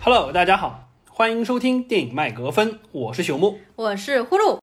Hello， 大家好，欢迎收听电影麦格芬，我是朽木， 我是呼噜。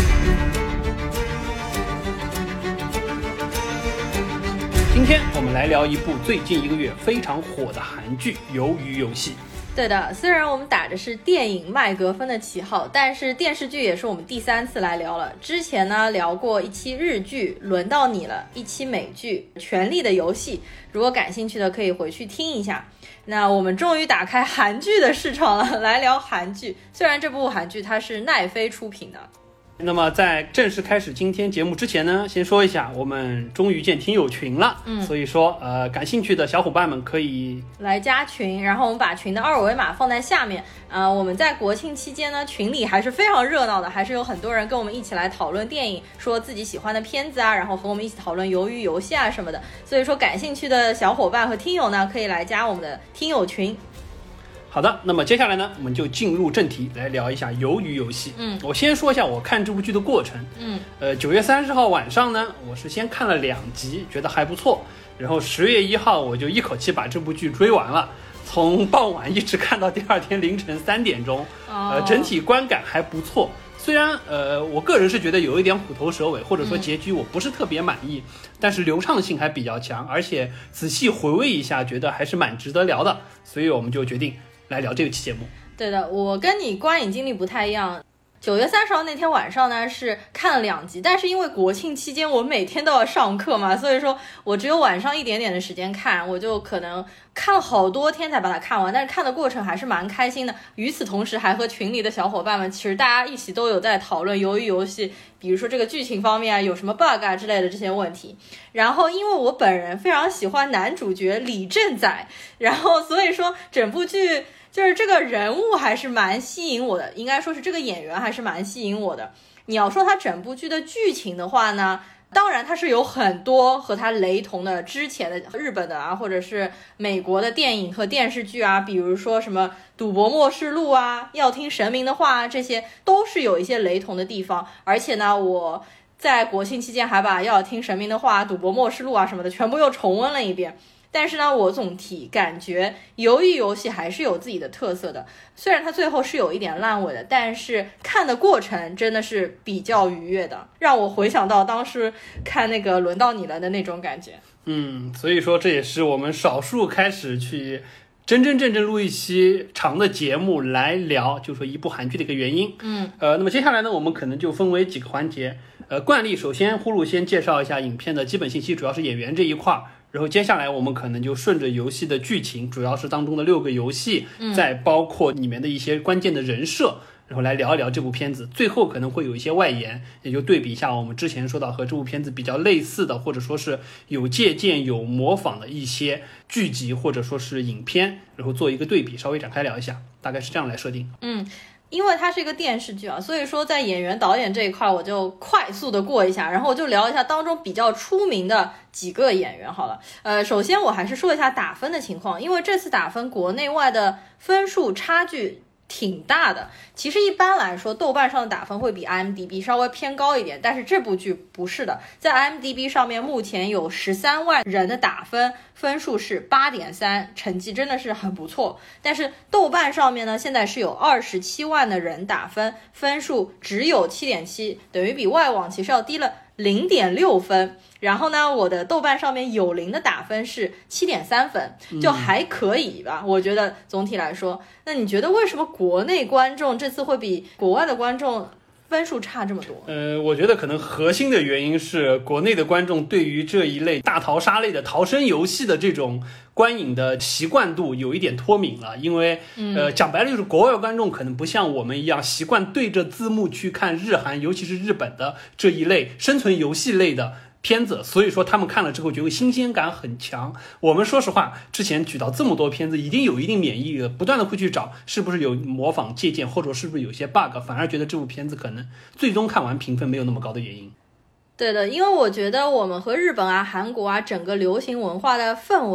今天我们来聊一部最近1个月非常火的韩剧《鱿鱼游戏》。 对的，虽然我们打着是电影麦格芬的旗号，但是电视剧也是我们第3次来聊了。之前呢聊过一期日剧，轮到你了，一期美剧《权力的游戏》，如果感兴趣的可以回去听一下。那我们终于打开韩剧的市场了，来聊韩剧。虽然这部韩剧它是奈飞出品的。 那么在正式开始今天节目之前呢，先说一下，我们终于建听友群了，所以说感兴趣的小伙伴们可以来加群，然后我们把群的2维码放在下面。我们在国庆期间呢，群里还是非常热闹的，还是有很多人跟我们一起来讨论电影，说自己喜欢的片子啊，然后和我们一起讨论鱿鱼游戏啊什么的。所以说感兴趣的小伙伴和听友呢，可以来加我们的听友群。 好的，那么接下来呢，我们就进入正题，来聊一下鱿鱼游戏。我先说一下我看这部剧的过程。9月30号晚上呢，我是先看了2集，觉得还不错，然后10月1号我就一口气把这部剧追完了，从傍晚一直看到第2天凌晨3点钟。整体观感还不错，虽然我个人是觉得有一点虎头蛇尾，或者说结局我不是特别满意，但是流畅性还比较强，而且仔细回味一下，觉得还是蛮值得聊的，所以我们就决定来聊这期节目。 对的，我跟你观影经历不太一样。9月30号那天晚上呢，是看了2集，但是因为国庆期间我每天都要上课嘛，所以说我只有晚上一点点的时间看，我就可能看了好多天才把它看完，但是看的过程还是蛮开心的。与此同时还和群里的小伙伴们，其实大家一起都有在讨论鱿鱼游戏，比如说这个剧情方面啊，有什么 bug 啊之类的这些问题。然后因为我本人非常喜欢男主角李正宰，然后所以说整部剧就是这个人物还是蛮吸引我的，应该说是这个演员还是蛮吸引我的。你要说他整部剧的剧情的话呢，当然它是有很多和它雷同的之前的日本的啊，或者是美国的电影和电视剧啊，比如说什么赌博默示录啊，要听神明的话啊，这些都是有一些雷同的地方。而且呢，我在国庆期间还把要听神明的话、赌博默示录啊什么的全部又重温了一遍。但是呢，我总体感觉鱿鱼游戏还是有自己的特色的，虽然它最后是有一点烂尾的，但是看的过程真的是比较愉悦的，让我回想到当时看那个轮到你了的那种感觉。 所以说这也是我们少数开始去真正录一期长的节目来聊，就说一部韩剧的一个原因。那么接下来呢，我们可能就分为几个环节。惯例，首先呼噜先介绍一下影片的基本信息，主要是演员这一块。然后接下来我们可能就顺着游戏的剧情，主要是当中的6个游戏，再包括里面的一些关键的人设，然后来聊一聊这部片子。最后可能会有一些外延，也就对比一下我们之前说到和这部片子比较类似的，或者说是有借鉴有模仿的一些剧集或者说是影片，然后做一个对比，稍微展开聊一下，大概是这样来设定。 因为它是一个电视剧啊，所以说在演员导演这一块我就快速的过一下，然后我就聊一下当中比较出名的几个演员好了。首先我还是说一下打分的情况，因为这次打分国内外的分数差距挺大的。其实一般来说豆瓣上的打分会比 IMDB 稍微偏高一点，但是这部剧不是的，在 IMDB 上面目前有13万人的打分，分数是 8.3， 成绩真的是很不错。但是豆瓣上面呢，现在是有27万的人打分，分数只有 7.7， 等于比外网其实要低了0.6分。然后呢，我的豆瓣上面有0的打分是 7.3 分，就还可以吧，我觉得总体来说。那你觉得为什么国内观众这次会比国外的观众分数差这么多？ 我觉得可能核心的原因是国内的观众对于这一类大逃杀类的逃生游戏的这种观影的习惯度有一点脱敏了，因为讲白了就是国外观众可能不像我们一样习惯对着字幕去看日韩，尤其是日本的这一类生存游戏类的片子，所以说他们看了之后觉得新鲜感很强。我们说实话，之前举到这么多片子，已经有一定免疫力了，不断的会去找是不是有模仿借鉴，或者是不是有些 bug， 反而觉得这部片子可能最终看完评分没有那么高的原因。 对的，因为我觉得我们和日本啊、韩国啊整个流行文化的氛围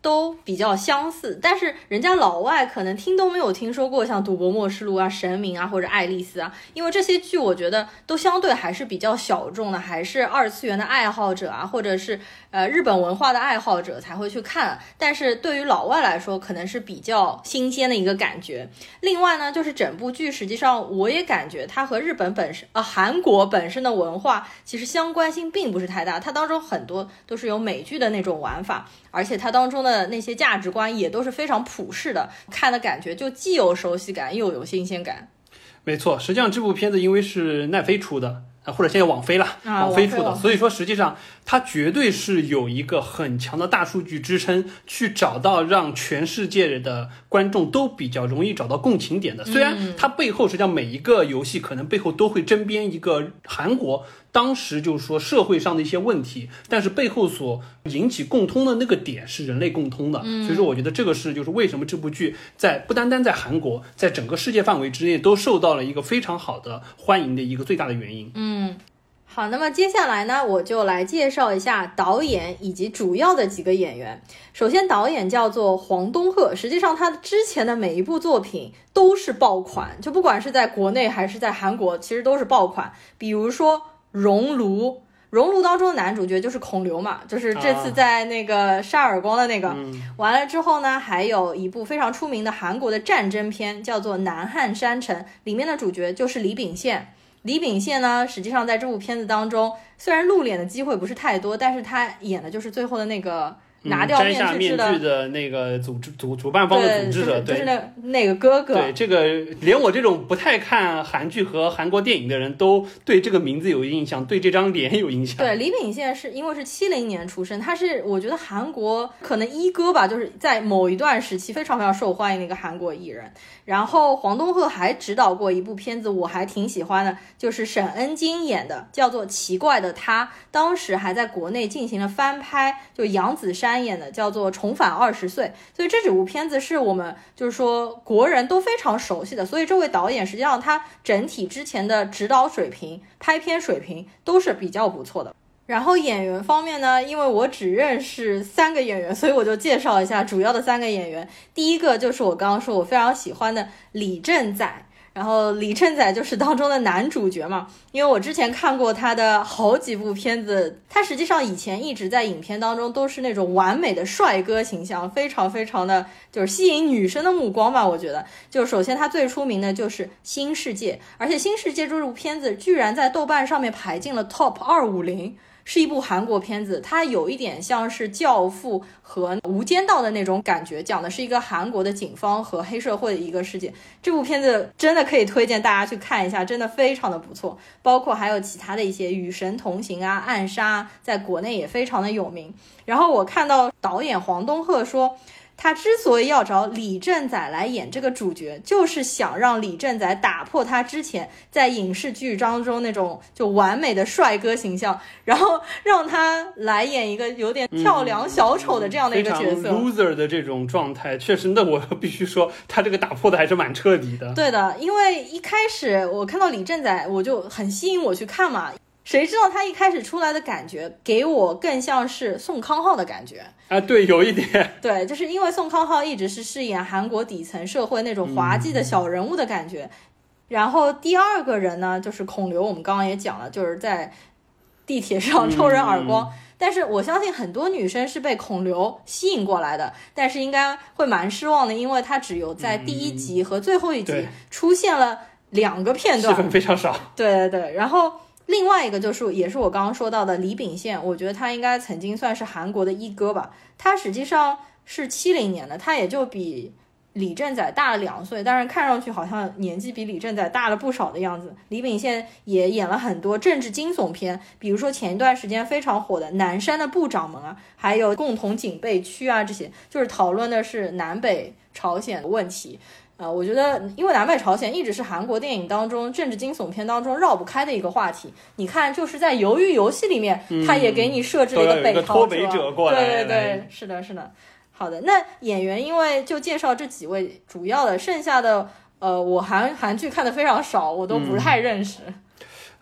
都比较相似，但是人家老外可能听都没有听说过像《赌博默示录》啊、神明啊或者爱丽丝啊，因为这些剧我觉得都相对还是比较小众的，还是二次元的爱好者啊，或者是日本文化的爱好者才会去看，但是对于老外来说可能是比较新鲜的一个感觉。另外呢，就是整部剧实际上我也感觉它和日本本身韩国本身的文化其实相关性并不是太大，它当中很多都是有美剧的那种玩法，而且它当中的那些价值观也都是非常普世的，看的感觉就既有熟悉感又有新鲜感。 没错，实际上这部片子因为是奈飞出的，或者现在网飞了，网飞出的，所以说实际上它绝对是有一个很强的大数据支撑，去找到让全世界的观众都比较容易找到共情点的。虽然它背后实际上每一个游戏可能背后都会针砭一个韩国当时就是说社会上的一些问题，但是背后所引起共通的那个点是人类共通的，所以说我觉得这个是就是为什么这部剧在不单单在韩国，在整个世界范围之内都受到了一个非常好的欢迎的一个最大的原因。 好，那么接下来呢，我就来介绍一下导演以及主要的几个演员。首先导演叫做黄东赫，实际上他之前的每一部作品都是爆款，就不管是在国内还是在韩国其实都是爆款。比如说熔炉当中的男主角就是孔刘嘛，就是这次在那个杀耳光的那个，完了之后呢，还有一部非常出名的韩国的战争片叫做南汉山城，里面的主角就是李秉宪。李秉宪呢，实际上在这部片子当中虽然露脸的机会不是太多，但是他演的就是最后的那个拿掉面具的那个主办方的组织者， 对，就是那个哥哥。 对，这个连我这种不太看韩剧和韩国电影的人都对这个名字有印象，对这张脸有印象。 对，李秉宪是因为是70年出生，他是我觉得韩国可能一哥吧，就是在某一段时期非常非常受欢迎的一个韩国艺人。然后黄东赫还指导过一部片子，我还挺喜欢的，就是沈恩京演的，叫做《奇怪的他》，当时还在国内进行了翻拍，就杨子姗演的，叫做《重返20岁》。所以这几部片子是我们就是说国人都非常熟悉的，所以这位导演实际上他整体之前的指导水平、拍片水平都是比较不错的。然后演员方面呢，因为我只认识3个演员，所以我就介绍一下主要的3个演员。第一个就是我刚刚说我非常喜欢的李正宰，然后李正宰就是当中的男主角嘛，因为我之前看过他的好几部片子，他实际上以前一直在影片当中都是那种完美的帅哥形象，非常非常的就是吸引女生的目光吧。我觉得就首先他最出名的就是新世界，而且新世界这部片子居然在豆瓣上面排进了 Top 250，是一部韩国片子，它有一点像是教父和无间道的那种感觉，讲的是一个韩国的警方和黑社会的一个事件。这部片子真的可以推荐大家去看一下，真的非常的不错。包括还有其他的一些与神同行啊、暗杀，在国内也非常的有名。然后我看到导演黄东赫说，他之所以要找李正宰来演这个主角，就是想让李正宰打破他之前在影视剧当中那种就完美的帅哥形象，然后让他来演一个有点跳梁小丑的这样的一个角色， 非常 loser 的这种状态。确实，那我必须说他这个打破的还是蛮彻底的。 对的，因为一开始我看到李正宰我就很吸引我去看嘛，谁知道他一开始出来的感觉给我更像是宋康昊的感觉啊，对，有一点。 对，就是因为宋康昊一直是饰演韩国底层社会那种滑稽的小人物的感觉。然后第二个人呢，就是孔刘，我们刚刚也讲了，就是在地铁上抽人耳光。但是我相信很多女生是被孔刘吸引过来的，但是应该会蛮失望的，因为他只有在第1集和最后一集出现了2个片段， 戏份非常少。 对对对，然后另外一个就是也是我刚刚说到的李秉宪，我觉得他应该曾经算是韩国的一哥吧。他实际上是70年的，他也就比李正宰大了2岁，但是看上去好像年纪比李正宰大了不少的样子。李秉宪也演了很多政治惊悚片，比如说前一段时间非常火的《南山的部长们》啊，还有《共同警备区》啊，这些就是讨论的是南北朝鲜的问题。我觉得因为南北朝鲜一直是韩国电影当中政治惊悚片当中绕不开的一个话题。你看就是在鱿鱼游戏里面，他也给你设置了一个北脱北者过来。 对对对，是的是的。好的，那演员因为就介绍这几位主要的，剩下的我韩剧看的非常少，我都不太认识。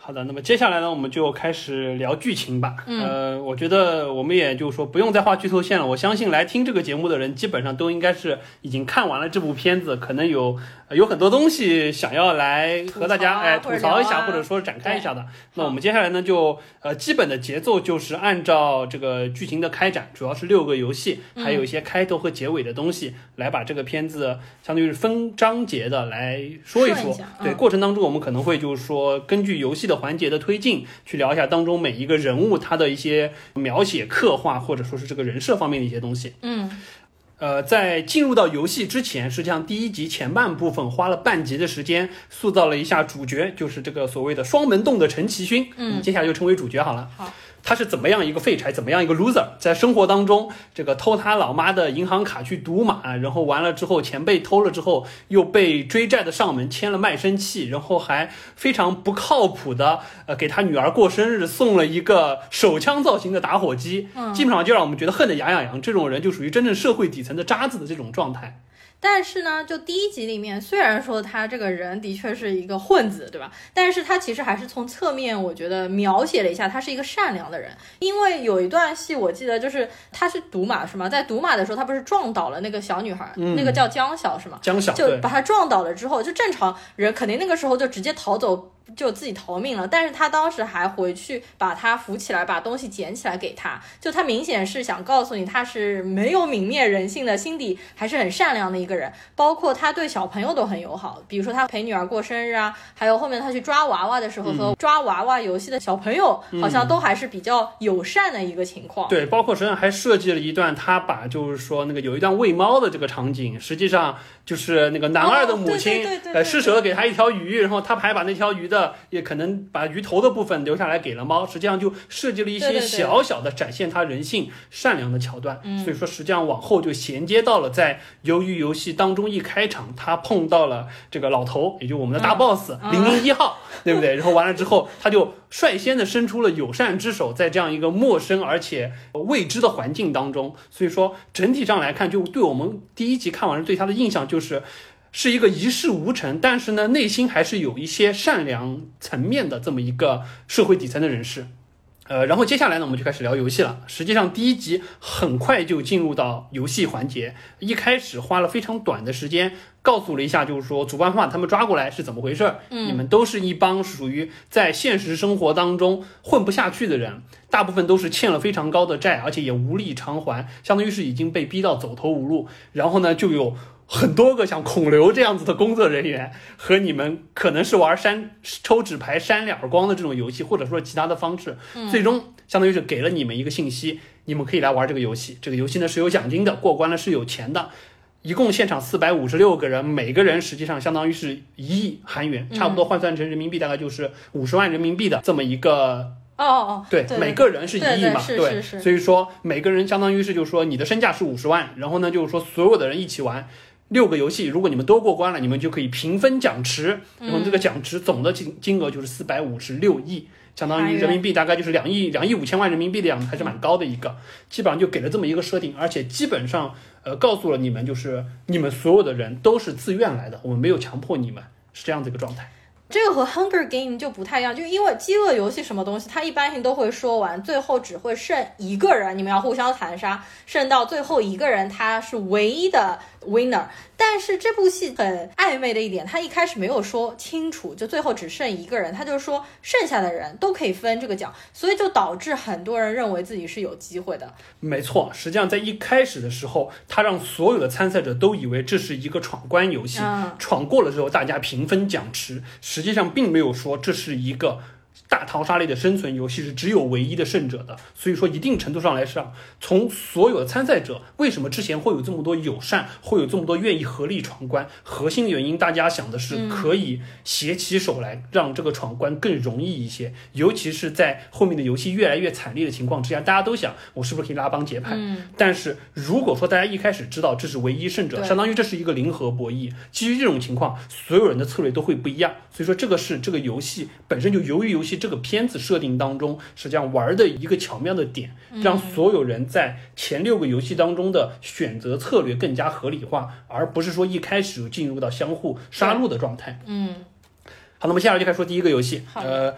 好的，那么接下来呢，我们就开始聊剧情吧。我觉得我们也就是说不用再画剧透线了。我相信来听这个节目的人，基本上都应该是已经看完了这部片子，可能有很多东西想要来和大家吐槽一下，或者说展开一下的。那我们接下来呢，就基本的节奏就是按照这个剧情的开展，主要是6个游戏，还有一些开头和结尾的东西，来把这个片子相当于是分章节的来说一说。对，过程当中我们可能会就是说根据游戏的环节的推进，去聊一下当中每一个人物他的一些描写、刻画，或者说是这个人设方面的一些东西。在进入到游戏之前，实际上第1集前半部分花了半集的时间塑造了一下主角，就是这个所谓的双门洞的陈其勋。接下来就称为主角好了。 好。 他是怎么样一个废柴，怎么样一个 loser， 在生活当中这个偷他老妈的银行卡去赌马，然后完了之后钱被偷了之后又被追债的上门签了卖身契，然后还非常不靠谱的给他女儿过生日送了一个手枪造型的打火机，基本上就让我们觉得恨得牙痒痒。这种人就属于真正社会底层的渣子的这种状态。 但是呢，就第1集里面，虽然说他这个人的确是一个混子，对吧？但是他其实还是从侧面，我觉得描写了一下他是一个善良的人。因为有一段戏，我记得就是他是赌马是吗？在赌马的时候，他不是撞倒了那个小女孩，那个叫江晓是吗？ 江晓就把他撞倒了之后，就正常人肯定那个时候就直接逃走，就自己逃命了。但是他当时还回去把他扶起来，把东西捡起来给他，就他明显是想告诉你他是没有泯灭人性的，心底还是很善良的一个人。包括他对小朋友都很友好，比如说他陪女儿过生日啊，还有后面他去抓娃娃的时候和抓娃娃游戏的小朋友好像都还是比较友善的一个情况。 对，包括实际上还设计了一段他把就是说那个有一段喂猫的这个场景，实际上就是那个男二的母亲施舍了给他一条鱼，然后他还把那条鱼的也可能把鱼头的部分留下来给了猫，实际上就设计了一些小小的展现他人性善良的桥段。所以说实际上往后就衔接到了在鱿鱼游戏当中一开场他碰到了这个老头，也就我们的大 boss 001号，对不对？然后完了之后他就率先的伸出了友善之手，在这样一个陌生而且未知的环境当中。所以说整体上来看，就对我们第1集看完对他的印象是一个一事无成，但是呢内心还是有一些善良层面的这么一个社会底层的人士。然后接下来呢，我们就开始聊游戏了。实际上第1集很快就进入到游戏环节，一开始花了非常短的时间告诉了一下，就是说主办方把他们抓过来是怎么回事。你们都是一帮属于在现实生活当中混不下去的人，大部分都是欠了非常高的债，而且也无力偿还，相当于是已经被逼到走投无路。然后呢，就有很多个像孔刘这样子的工作人员和你们可能是玩抽纸牌扇2耳光的这种游戏，或者说其他的方式，最终相当于是给了你们一个信息，你们可以来玩这个游戏。这个游戏呢是有奖金的，过关了是有钱的。一共现场456个人，每个人实际上相当于是1亿韩元，差不多换算成人民币大概就是50万人民币的这么一个。对，每个人是1亿嘛，对，所以说每个人相当于是就是说你的身价是50万，然后呢就是说所有的人一起玩6个游戏，如果你们都过关了，你们就可以平分奖池，然后这个奖池总的金额就是456亿，相当于人民币大概就是2亿5千万人民币的样子，还是蛮高的一个。基本上就给了这么一个设定，而且基本上告诉了你们，就是你们所有的人都是自愿来的，我们没有强迫你们，是这样子一个状态。 这个和 Hunger Game 就不太一样，就因为饥饿游戏什么东西，它一般性都会说完，最后只会剩一个人，你们要互相残杀，剩到最后一个人他是唯一的 winner。但是这部戏很暧昧的一点，他一开始没有说清楚，就最后只剩一个人，他就说剩下的人都可以分这个奖，所以就导致很多人认为自己是有机会的。 没错，实际上在一开始的时候，他让所有的参赛者都以为这是一个闯关游戏，闯过了之后大家平分奖池，实际上并没有说这是一个大逃杀类的生存游戏，是只有唯一的胜者的。所以说一定程度上来上，从所有的参赛者为什么之前会有这么多友善，会有这么多愿意合力闯关，核心的原因大家想的是可以携起手来让这个闯关更容易一些，尤其是在后面的游戏越来越惨烈的情况之下，大家都想我是不是可以拉帮结派。但是如果说大家一开始知道这是唯一胜者，相当于这是一个零和博弈，基于这种情况所有人的策略都会不一样。所以说这个是这个游戏本身就由于游戏这个片子设定当中实际上玩的一个巧妙的点，让所有人在前6个游戏当中的选择策略更加合理化，而不是说一开始进入到相互杀戮的状态。 嗯， 好，那么接下来就开始说第一个游戏。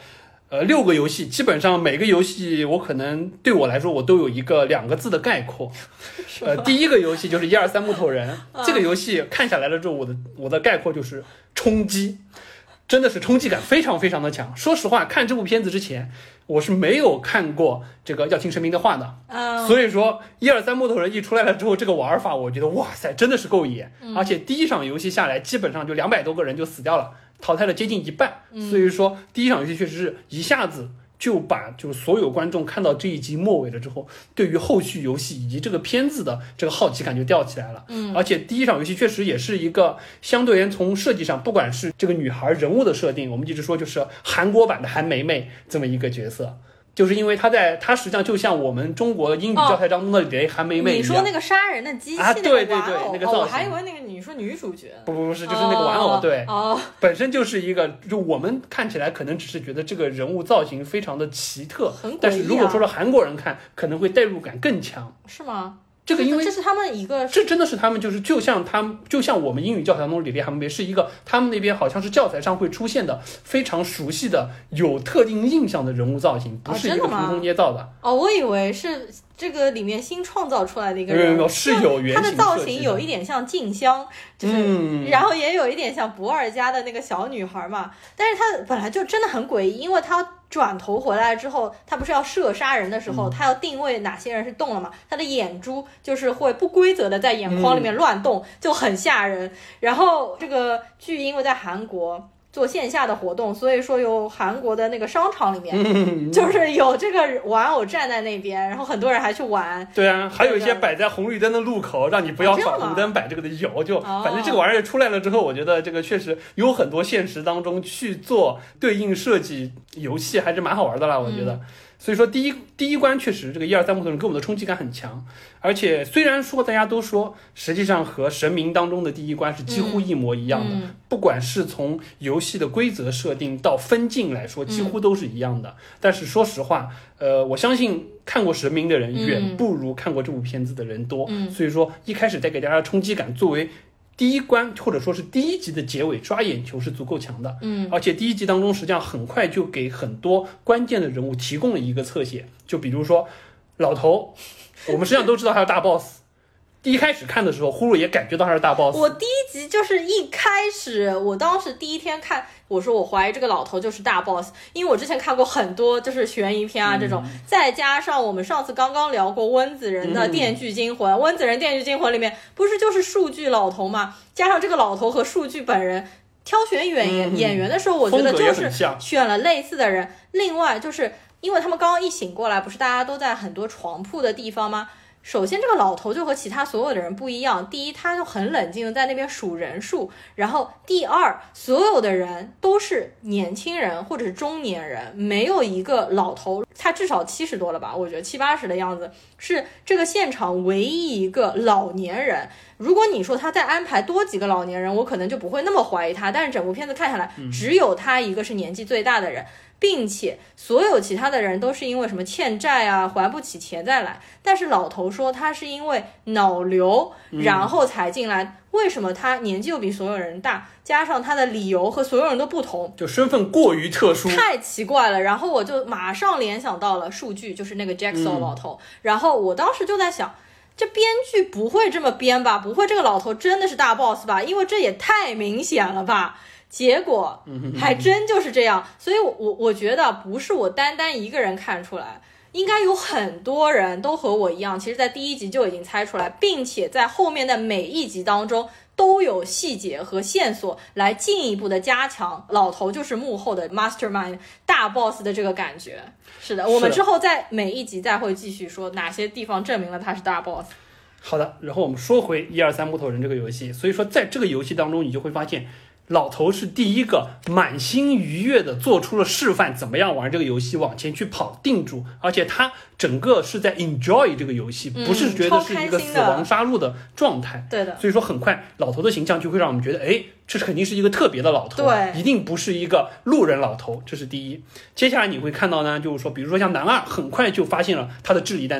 6个游戏，基本上每个游戏我可能对我来说我都有2个字的概括。第一个游戏就是123木头人，这个游戏看下来了之后，我的概括就是冲击，真的是冲击感非常非常的强。说实话，看这部片子之前，我是没有看过这个要听神明的话的，所以说123木头人一出来了之后，这个玩法我觉得哇塞，真的是够野，而且第一场游戏下来，基本上就200多个人就死掉了。淘汰了接近一半，所以说第一场游戏确实是一下子就把就是所有观众看到这一集末尾了之后，对于后续游戏以及这个片子的这个好奇感就吊起来了。而且第一场游戏确实也是一个相对而言从设计上，不管是这个女孩人物的设定，我们一直说就是韩国版的韩梅梅这么一个角色。就是因为她实际上就像我们中国英语教材当中的韩梅梅一样。 你说那个杀人的机器那个玩偶， 那个造型， 我还以为那个你说女主角， 不是，就是那个玩偶，对，本身就是一个，就我们看起来可能只是觉得这个人物造型非常的奇特，但是如果说是韩国人看，可能会代入感更强， 是吗？ 这个因为这是他们一个， 这真的是他们就像我们英语教材当中李烈韩梅是一个他们那边好像是教材上会出现的非常熟悉的有特定印象的人物造型，不是一个凭空捏造的。 我以为是这个里面新创造出来的一个人， 是有原型， 他的造型有一点像静香，就是然后也有一点像不二家的那个小女孩嘛，但是他本来就真的很诡异，因为他转头回来之后，他不是要射杀人的时候，他要定位哪些人是动了嘛？他的眼珠就是会不规则的在眼眶里面乱动，就很吓人。然后这个剧因为在韩国做线下的活动，所以说有韩国的那个商场里面，就是有这个玩偶站在那边，然后很多人还去玩。 对啊，还有一些摆在红绿灯的路口，让你不要闯红灯摆这个的有，就反正这个玩意儿出来了之后，我觉得这个确实有很多现实当中去做对应设计游戏，还是蛮好玩的啦，我觉得。所以说第一关确实这个123木头人给我们的冲击感很强，而且虽然说大家都说实际上和神明当中的第一关是几乎一模一样的，不管是从游戏的规则设定到分镜来说几乎都是一样的，但是说实话我相信看过神明的人远不如看过这部片子的人多，所以说一开始带给大家的冲击感作为第一关或者说是第一集的结尾抓眼球是足够强的，而且第一集当中实际上很快就给很多关键的人物提供了一个侧写，就比如说老头，我们实际上都知道他是大 boss， 第一开始看的时候呼噜也感觉到他是大 boss。 我第一集就是一开始，我当时第一天看，我说我怀疑这个老头就是大 boss， 因为我之前看过很多就是悬疑片啊这种，再加上我们上次刚刚聊过温子仁的电锯惊魂，温子仁电锯惊魂里面不是就是数据老头嘛，加上这个老头和数据本人挑选演员的时候，我觉得就是选了类似的人。另外就是因为他们刚刚一醒过来，不是大家都在很多床铺的地方吗？首先这个老头就和其他所有的人不一样，第一他就很冷静的在那边数人数，然后第二所有的人都是年轻人或者是中年人，没有一个老头，他至少70多了吧，我觉得70、80的样子，是这个现场唯一一个老年人。如果你说他再安排多几个老年人，我可能就不会那么怀疑他，但是整部片子看下来只有他一个是年纪最大的人，并且所有其他的人都是因为什么欠债啊还不起钱再来，但是老头说他是因为脑瘤然后才进来，为什么他年纪又比所有人大，加上他的理由和所有人都不同， 就身份过于特殊， 太奇怪了。然后我就马上联想到了数据，就是那个 Jackson 老头，然后我当时就在想，这编剧不会这么编吧，不会这个老头真的是大 boss 吧，因为这也太明显了吧。结果还真就是这样，所以我觉得不是我单单一个人看出来，应该有很多人都和我一样，其实在第一集就已经猜出来，并且在后面的每一集当中都有细节和线索来进一步的加强老头就是幕后的 mastermind 大 boss 的这个感觉。是的，我们之后在每一集再会继续说哪些地方证明了他是大 boss。 好的，然后我们说回123木头人这个游戏，所以说在这个游戏当中你就会发现老头是第一个满心愉悦的做出了示范怎么样玩这个游戏往前去跑定住，而且他整个是在 enjoy 这个游戏，不是觉得是一个死亡杀戮的状态。 对的， 所以说很快老头的形象就会让我们觉得，哎，这肯定是一个特别的老头， 对， 一定不是一个路人老头，这是第一。接下来你会看到呢，就是说比如说像男二很快就发现了他的智力担当，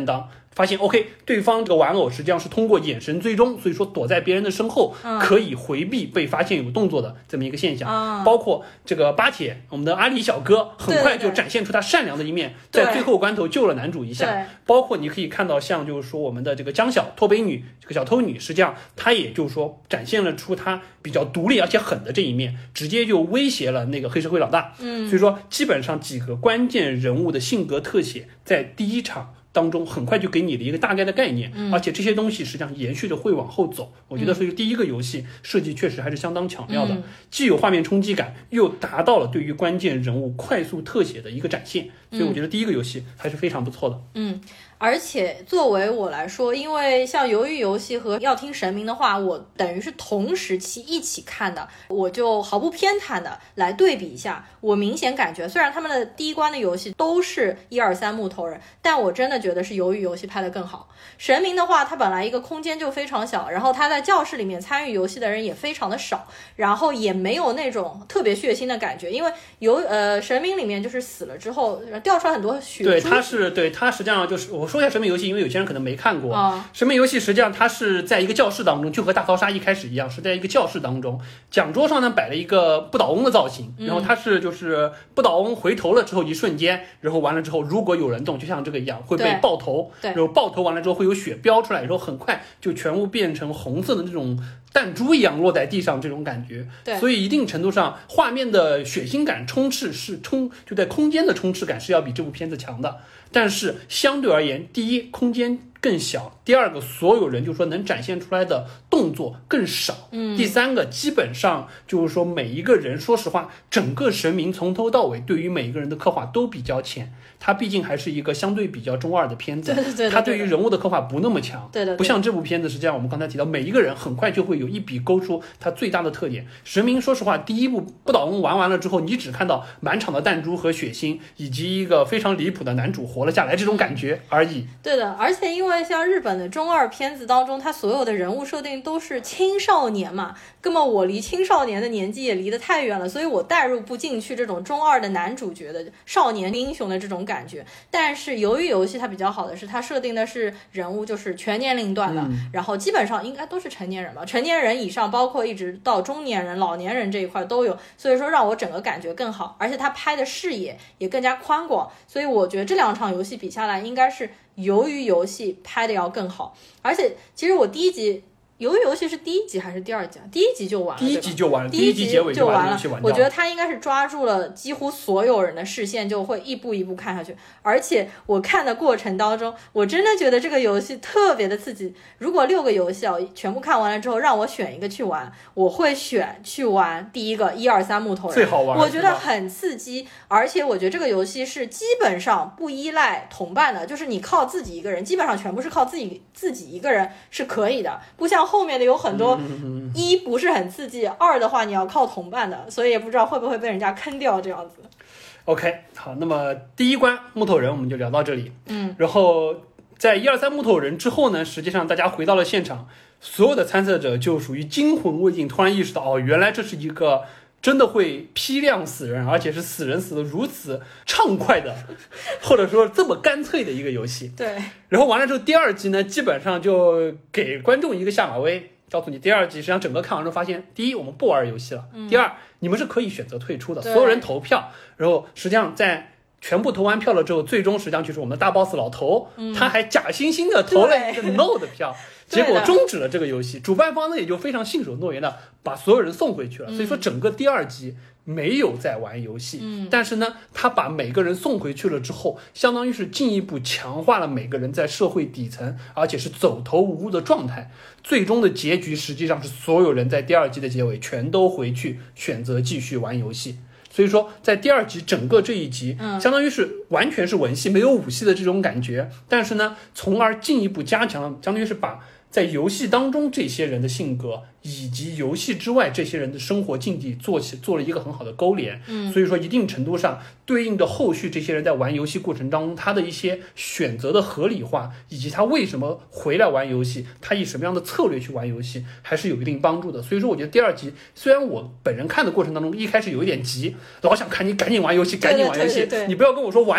发现 OK， 对方这个玩偶实际上是通过眼神追踪，所以说躲在别人的身后，可以回避被发现有动作的这么一个现象。包括这个巴铁，我们的阿里小哥，很快就展现出他善良的一面，在最后关头救了男主一下。包括你可以看到，像就是说我们的这个江小脱北女，这个小偷女，实际上她也就是说展现了出她比较独立而且狠的这一面，直接就威胁了那个黑社会老大。所以说基本上几个关键人物的性格特写在第一场当中很快就给你了一个大概的概念，而且这些东西实际上延续着会往后走。我觉得所以第一个游戏设计确实还是相当巧妙的，既有画面冲击感，又达到了对于关键人物快速特写的一个展现，所以我觉得第一个游戏还是非常不错的。 而且作为我来说，因为像鱿鱼游戏和要听神明的话，我等于是同时期一起看的，我就毫不偏袒的来对比一下。我明显感觉，虽然他们的第一关的游戏都是123木头人，但我真的觉得是鱿鱼游戏拍得更好。神明的话，它本来一个空间就非常小，然后它在教室里面参与游戏的人也非常的少，然后也没有那种特别血腥的感觉，因为神明里面就是死了之后掉出来很多血珠。 它实际上就是我说一下神明游戏，因为有些人可能没看过。神明游戏实际上它是在一个教室当中，就和大逃杀一开始一样，是在一个教室当中，讲桌上呢摆了一个不倒翁的造型，然后它是就是不倒翁回头了之后一瞬间，然后完了之后如果有人动，就像这个一样会被爆头，然后爆头完了之后会有血飙出来，然后很快就全部变成红色的那种弹珠一样落在地上，这种感觉。所以一定程度上画面的血腥感就在空间的冲刺感是要比这部片子强的。但是相对而言，第一，空间更小，第二个，所有人就说能展现出来的动作更少，第三个，基本上就是说每一个人，说实话，整个神明从头到尾对于每一个人的刻画都比较浅，它毕竟还是一个相对比较中二的片子，它对于人物的刻画不那么强，不像这部片子实际上我们刚才提到每一个人很快就会有一笔勾出它最大的特点。神明说实话，第一部不倒翁玩完了之后，你只看到满场的弹珠和血腥，以及一个非常离谱的男主活了下来这种感觉而已。 对的，而且因为像日本的中二片子当中，它所有的人物设定都是青少年嘛，根本我离青少年的年纪也离得太远了，所以我带入不进去这种中二的男主角的少年英雄的这种感觉。但是鱿鱼游戏它比较好的是，它设定的是人物就是全年龄段的，然后基本上应该都是成年人吧，成年人以上，包括一直到中年人、老年人这一块都有，所以说让我整个感觉更好，而且它拍的视野也更加宽广，所以我觉得这两场游戏比下来，应该是鱿鱼游戏拍的要更好。而且其实我第一集鱿鱼游戏是第一集还是第二集啊？第一集就完了， 第一集就完了， 第一集结尾就完了。我觉得他应该是抓住了几乎所有人的视线，就会一步一步看下去。而且我看的过程当中，我真的觉得这个游戏特别的刺激。如果6个游戏全部看完了之后，让我选一个去玩，我会选去玩第一个123木头人， 最好玩， 我觉得很刺激。而且我觉得这个游戏是基本上不依赖同伴的，就是你靠自己一个人，基本上全部是靠自己一个人是可以的，不像后面的有很多一不是很刺激，二的话你要靠同伴的，所以也不知道会不会被人家坑掉这样子。 OK， 好，那么第一关木头人我们就聊到这里。然后在123木头人之后呢，实际上大家回到了现场，所有的参赛者就属于惊魂未定，突然意识到原来这是一个真的会批量死人，而且是死人死得如此畅快的，或者说这么干脆的一个游戏。 对。 然后完了之后，第二集呢，基本上就给观众一个下马威，告诉你第二集实际上整个看完之后发现，第一，我们不玩游戏了；第二，你们是可以选择退出的，所有人投票，然后实际上在全部投完票了之后，最终实际上就是我们的大 boss 老头，他还假惺惺的投了一个 no 的票。结果终止了这个游戏，主办方呢也就非常信守诺言的把所有人送回去了。所以说整个第二集没有在玩游戏，但是呢他把每个人送回去了之后，相当于是进一步强化了每个人在社会底层而且是走投无路的状态。最终的结局实际上是所有人在第二集的结尾全都回去选择继续玩游戏。所以说在第二集整个这一集相当于是完全是文戏没有武戏的这种感觉，但是呢从而进一步加强了相当于是把在游戏当中这些人的性格以及游戏之外这些人的生活境地做了一个很好的勾连。所以说一定程度上对应的后续这些人在玩游戏过程当中他的一些选择的合理化，以及他为什么回来玩游戏，他以什么样的策略去玩游戏，还是有一定帮助的。所以说我觉得第二集虽然我本人看的过程当中一开始有一点急，老想看你赶紧玩游戏，赶紧玩游戏，你不要跟我说玩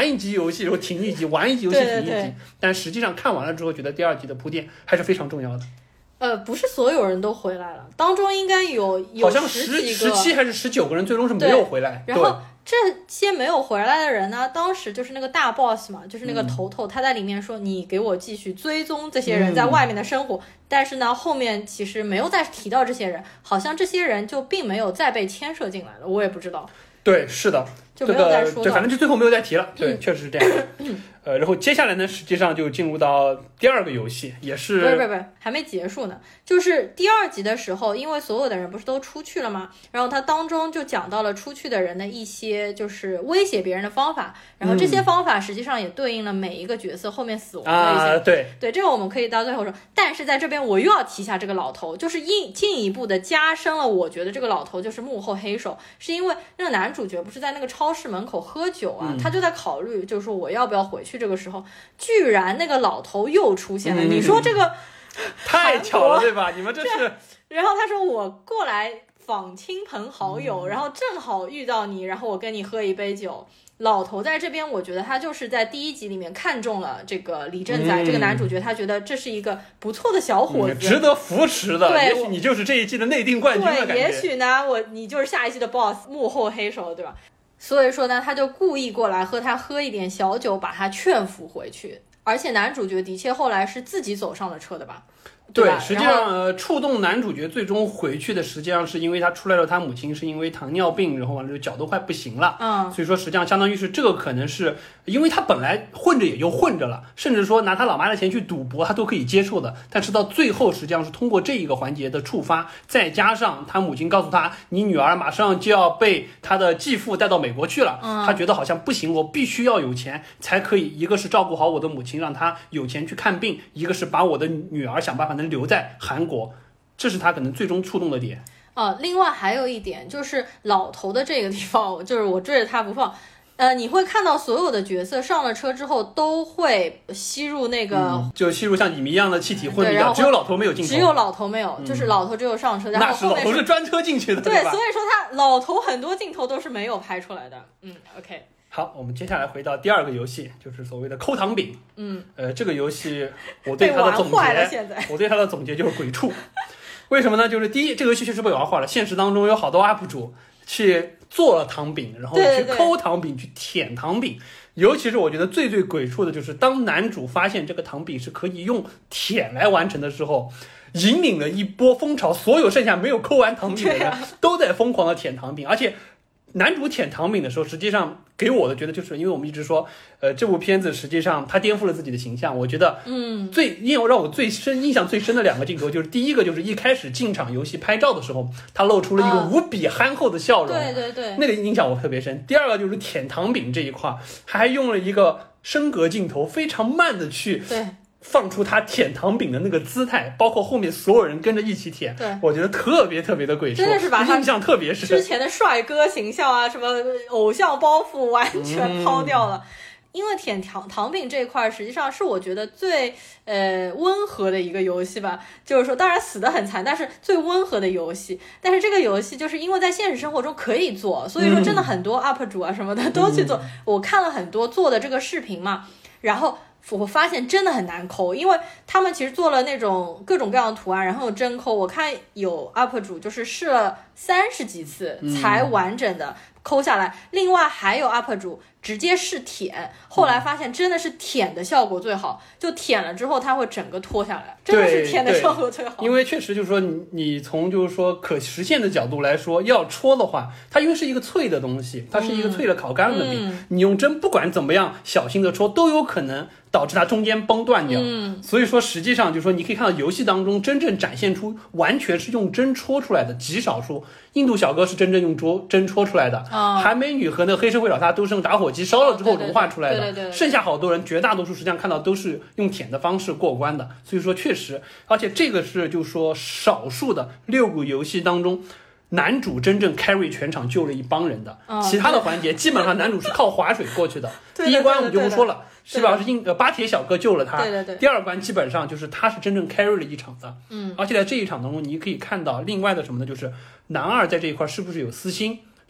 玩一集游戏，然后停一集，玩一集游戏停一集。 对， 但实际上看完了之后，觉得第二集的铺垫还是非常重要的。 不是所有人都回来了，当中应该有好像 17 还是19个人最终是没有回来。 然后这些没有回来的人呢，当时就是那个大 boss 嘛，就是那个头头，他在里面说你给我继续追踪这些人在外面的生活，但是呢后面其实没有再提到这些人，好像这些人就并没有再被牵涉进来了，我也不知道。 对，是的， 就没有再说到， 对，反正就最后没有再提了。对，确实是这样。然后接下来呢，实际上就进入到第二个游戏，也是不，还没结束呢。就是第二集的时候，因为所有的人不是都出去了吗？然后他当中就讲到了出去的人的一些就是威胁别人的方法，然后这些方法实际上也对应了每一个角色后面死亡的一些。对，这个我们可以到最后说。但是在这边我又要提一下这个老头，就是进一步的加深了，我觉得这个老头就是幕后黑手，是因为那个男主角不是在那个超市门口喝酒啊，他就在考虑，就是说我要不要回去。这个时候居然那个老头又出现了，你说这个太巧了对吧？你们这是。 然后他说我过来访亲朋好友，然后正好遇到你，然后我跟你喝一杯酒。老头在这边我觉得他就是在第一集里面看中了这个李正宰，这个男主角，他觉得这是一个不错的小伙子， 值得扶持的。对，也许你就是这一季的内定冠军的感觉。 对，也许呢你就是下一季的 boss 幕后黑手，对吧？所以说呢，他就故意过来和他喝一点小酒，把他劝服回去。而且男主角的确后来是自己走上了车的吧？ 对，实际上触动男主角最终回去的，实际上是因为他出来了，他母亲是因为糖尿病，然后完了就脚都快不行了。所以说实际上相当于是这个可能是因为他本来混着也就混着了，甚至说拿他老妈的钱去赌博他都可以接受的，但是到最后实际上是通过这一个环节的触发，再加上他母亲告诉他你女儿马上就要被他的继父带到美国去了，他觉得好像不行，我必须要有钱才可以，一个是照顾好我的母亲让她有钱去看病，一个是把我的女儿想办法能留在韩国，这是他可能最终触动的点。 另外还有一点就是老头的这个地方，就是我追着他不放。你会看到所有的角色上了车之后都会吸入那个， 就吸入像乙醚一样的气体混入掉，只有老头没有进去， 只有老头没有，就是老头只有上车，然后那是老头是专车进去的， 对，所以说他老头很多镜头都是没有拍出来的。OK。 好，我们接下来回到第二个游戏，就是所谓的抠糖饼。这个游戏我对它的总结就是鬼畜。为什么呢？就是第一，这个游戏确实被玩坏了。现实当中有好多 UP 主去做了糖饼，然后去抠糖饼，去舔糖饼。尤其是我觉得最鬼畜的就是当男主发现这个糖饼是可以用舔来完成的时候，引领了一波风潮，所有剩下没有抠完糖饼的人都在疯狂的舔糖饼，而且男主舔糖饼的时候，实际上给我的觉得就是因为我们一直说，这部片子实际上他颠覆了自己的形象。我觉得，让我印象最深的两个镜头，就是第一个就是一开始进场游戏拍照的时候，他露出了一个无比憨厚的笑容， 对， 那个印象我特别深。第二个就是舔糖饼这一块，还用了一个升格镜头，非常慢的去放出他舔糖饼的那个姿态，包括后面所有人跟着一起舔，我觉得特别的鬼畜， 真的是把他印象特别深。 之前的帅哥形象啊，什么偶像包袱完全抛掉了。因为舔糖饼这一块实际上是我觉得最温和的一个游戏吧，就是说当然死得很惨，但是最温和的游戏。但是这个游戏就是因为在现实生活中可以做，所以说真的很多 UP 主啊什么的都去做。我看了很多做的这个视频嘛，然后我发现真的很难抠，因为他们其实做了那种各种各样的图案，然后真抠。我看有 UP 主就是试了30几次才完整的抠下来，另外还有 UP 主直接试舔，后来发现真的是舔的效果最好，就舔了之后它会整个脱下来，真的是舔的效果最好。 因为确实就是说你从就是说可实现的角度来说，要戳的话，它因为是一个脆的东西，它是一个脆的烤干了的饼，你用针不管怎么样小心的戳都有可能导致它中间崩断掉。所以说实际上就是说你可以看到游戏当中真正展现出完全是用针戳出来的极少数，印度小哥是真正用针戳出来的，韩美女和那个黑社会老大都是用打火机烧了之后融化出来的， 对， 剩下好多人绝大多数实际上看到都是用舔的方式过关的。所以说确实，而且这个是就是说少数的6个游戏当中男主真正 carry 全场救了一帮人的，其他的环节基本上男主是靠划水过去的。第一关我们就不说了，是吧？是巴铁小哥救了他。 对。 第二关基本上就是他是真正 carry 了一场的。而且在这一场当中，你可以看到另外的什么呢？就是男二在这一块是不是有私心？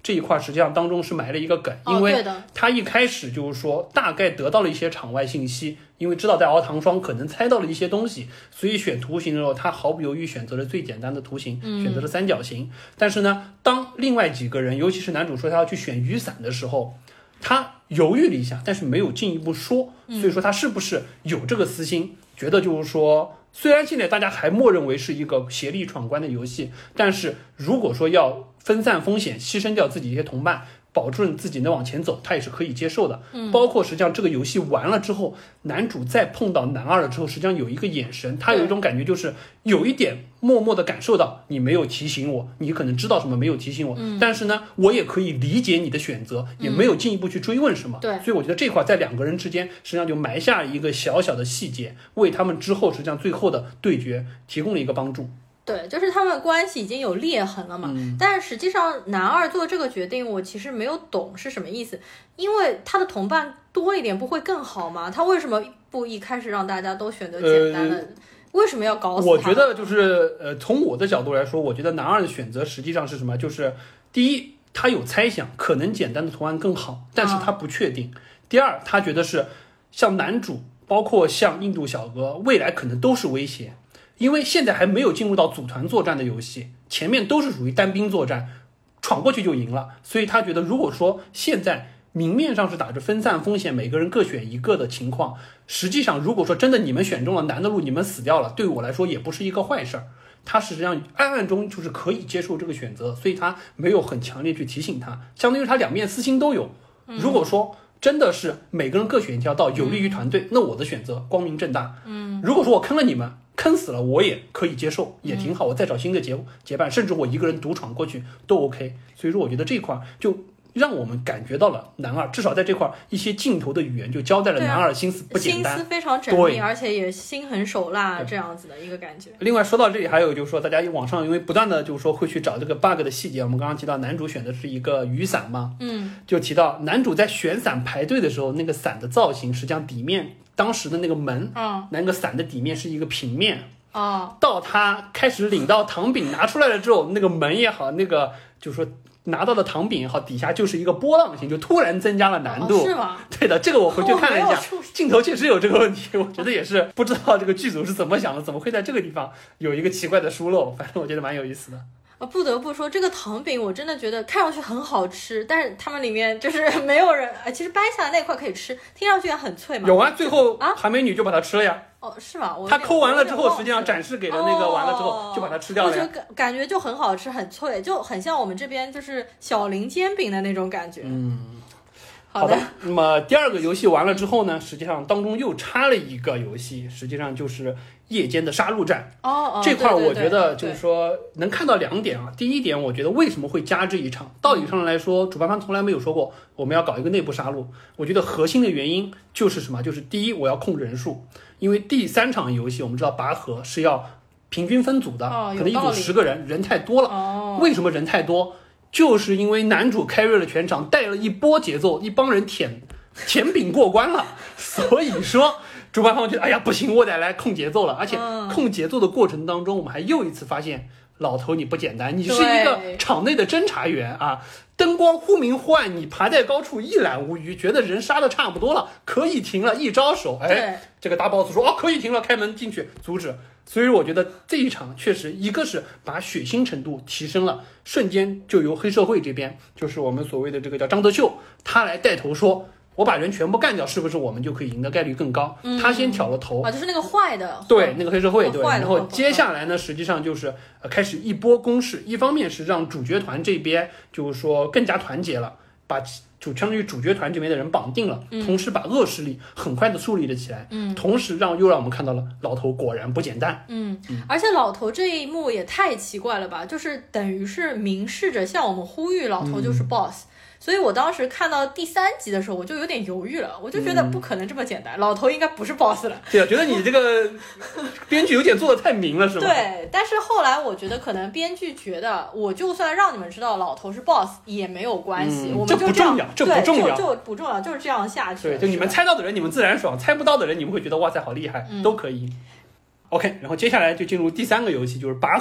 这一块实际上当中是埋了一个梗，因为他一开始就是说大概得到了一些场外信息，因为知道在熬糖霜可能猜到了一些东西，所以选图形的时候他毫不犹豫选择了最简单的图形，选择了三角形。但是呢，当另外几个人，尤其是男主说他要去选雨伞的时候，他犹豫了一下，但是没有进一步说，所以说他是不是有这个私心，觉得就是说虽然现在大家还默认为是一个协力闯关的游戏，但是如果说要分散风险，牺牲掉自己一些同伴，保证自己能往前走，他也是可以接受的。包括实际上这个游戏完了之后，男主再碰到男二了之后，实际上有一个眼神，他有一种感觉，就是有一点默默的感受到你没有提醒我，你可能知道什么没有提醒我，但是呢，我也可以理解你的选择，也没有进一步去追问什么。 对， 所以我觉得这块在两个人之间实际上就埋下一个小小的细节，为他们之后实际上最后的对决提供了一个帮助。 对，就是他们关系已经有裂痕了嘛。但是实际上男二做这个决定，我其实没有懂是什么意思，因为他的同伴多一点不会更好吗？他为什么不一开始让大家都选择简单的？为什么要搞死他？ 我觉得就是从我的角度来说，我觉得男二的选择实际上是什么？就是第一，他有猜想，可能简单的图案更好，但是他不确定。第二，他觉得是像男主，包括像印度小哥，未来可能都是威胁。因为现在还没有进入到组团作战的游戏，前面都是属于单兵作战，闯过去就赢了，所以他觉得如果说现在明面上是打着分散风险，每个人各选一个的情况，实际上如果说真的你们选中了难的路，你们死掉了，对我来说也不是一个坏事儿。他实际上暗暗中就是可以接受这个选择，所以他没有很强烈去提醒他，相当于他两面私心都有。如果说真的是每个人各选一条道，有利于团队，那我的选择光明正大。如果说我坑了你们，坑死了我也可以接受，也挺好，我再找新的结伴，甚至我一个人独闯过去都 OK。所以说我觉得这块就让我们感觉到了男二至少在这块一些镜头的语言就交代了男二的心思不简单， 心思非常缜密，而且也心狠手辣这样子的一个感觉。 另外说到这里，还有就是说大家网上因为不断的就是说会去找这个 bug 的细节，我们刚刚提到男主选的是一个雨伞嘛，就提到男主在选伞排队的时候，那个伞的造型实际上底面当时的那个门，那个伞的底面是一个平面。到他开始领到糖饼拿出来了之后，那个门也好，那个就是说拿到的糖饼也好，底下就是一个波浪形，就突然增加了难度。 是吗？ 对的，这个我回去看了一下，镜头确实有这个问题，我觉得也是不知道这个剧组是怎么想的，怎么会在这个地方有一个奇怪的疏漏，反正我觉得蛮有意思的。 不得不说，这个糖饼我真的觉得看上去很好吃，但是他们里面就是没有人，其实掰下来那块可以吃，听上去也很脆嘛。 有啊，最后韩美女就把它吃了呀。 是吗？ 他抠完了之后，实际上展示给了那个完了之后，就把它吃掉了呀。 我就感觉就很好吃，很脆，就很像我们这边就是小林煎饼的那种感觉。好的。 那么第二个游戏完了之后呢，实际上当中又插了一个游戏，实际上就是夜间的杀戮战。这块我觉得就是说能看到两点啊。第一点，我觉得为什么会加这一场，道理上来说，主办方从来没有说过我们要搞一个内部杀戮。我觉得核心的原因就是什么？就是第一，我要控人数，因为第3场游戏我们知道拔河是要平均分组的，可能一组10个人，人太多了。为什么人太多？就是因为男主carry了全场，带了一波节奏，一帮人舔饼过关了，所以说主办方觉得哎呀不行，我得来控节奏了。而且控节奏的过程当中，我们还又一次发现老头你不简单，你是一个场内的侦查员啊，灯光忽明忽暗，你爬在高处一览无余，觉得人杀的差不多了，可以停了，一招手，这个大 boss 说可以停了，开门进去阻止。所以我觉得这一场确实，一个是把血腥程度提升了，瞬间就由黑社会这边，就是我们所谓的这个叫张德秀，他来带头说，我把人全部干掉，是不是我们就可以赢的概率更高？他先挑了头就是那个坏的， 对，那个黑社会，对。然后接下来呢，实际上就是开始一波攻势，一方面是让主角团这边就是说更加团结了，把就相当于主角团这边的人绑定了，同时把恶势力很快的树立了起来，同时让我们看到了老头果然不简单， 而且老头这一幕也太奇怪了吧，就是等于是明示着向我们呼吁老头就是 boss，所以我当时看到第3集的时候，我就有点犹豫了，我就觉得不可能这么简单，老头应该不是 boss 了。 对啊，觉得你这个编剧有点做的太明了，是吗？ 对，但是后来我觉得可能编剧觉得，我就算让你们知道老头是 boss 也没有关系，我们就这样， 这不重要， 就不重要，就是这样下去。 对，就你们猜到的人，你们自然爽；猜不到的人，你们会觉得哇塞好厉害，都可以。OK， 然后接下来就进入第3个游戏，就是拔河。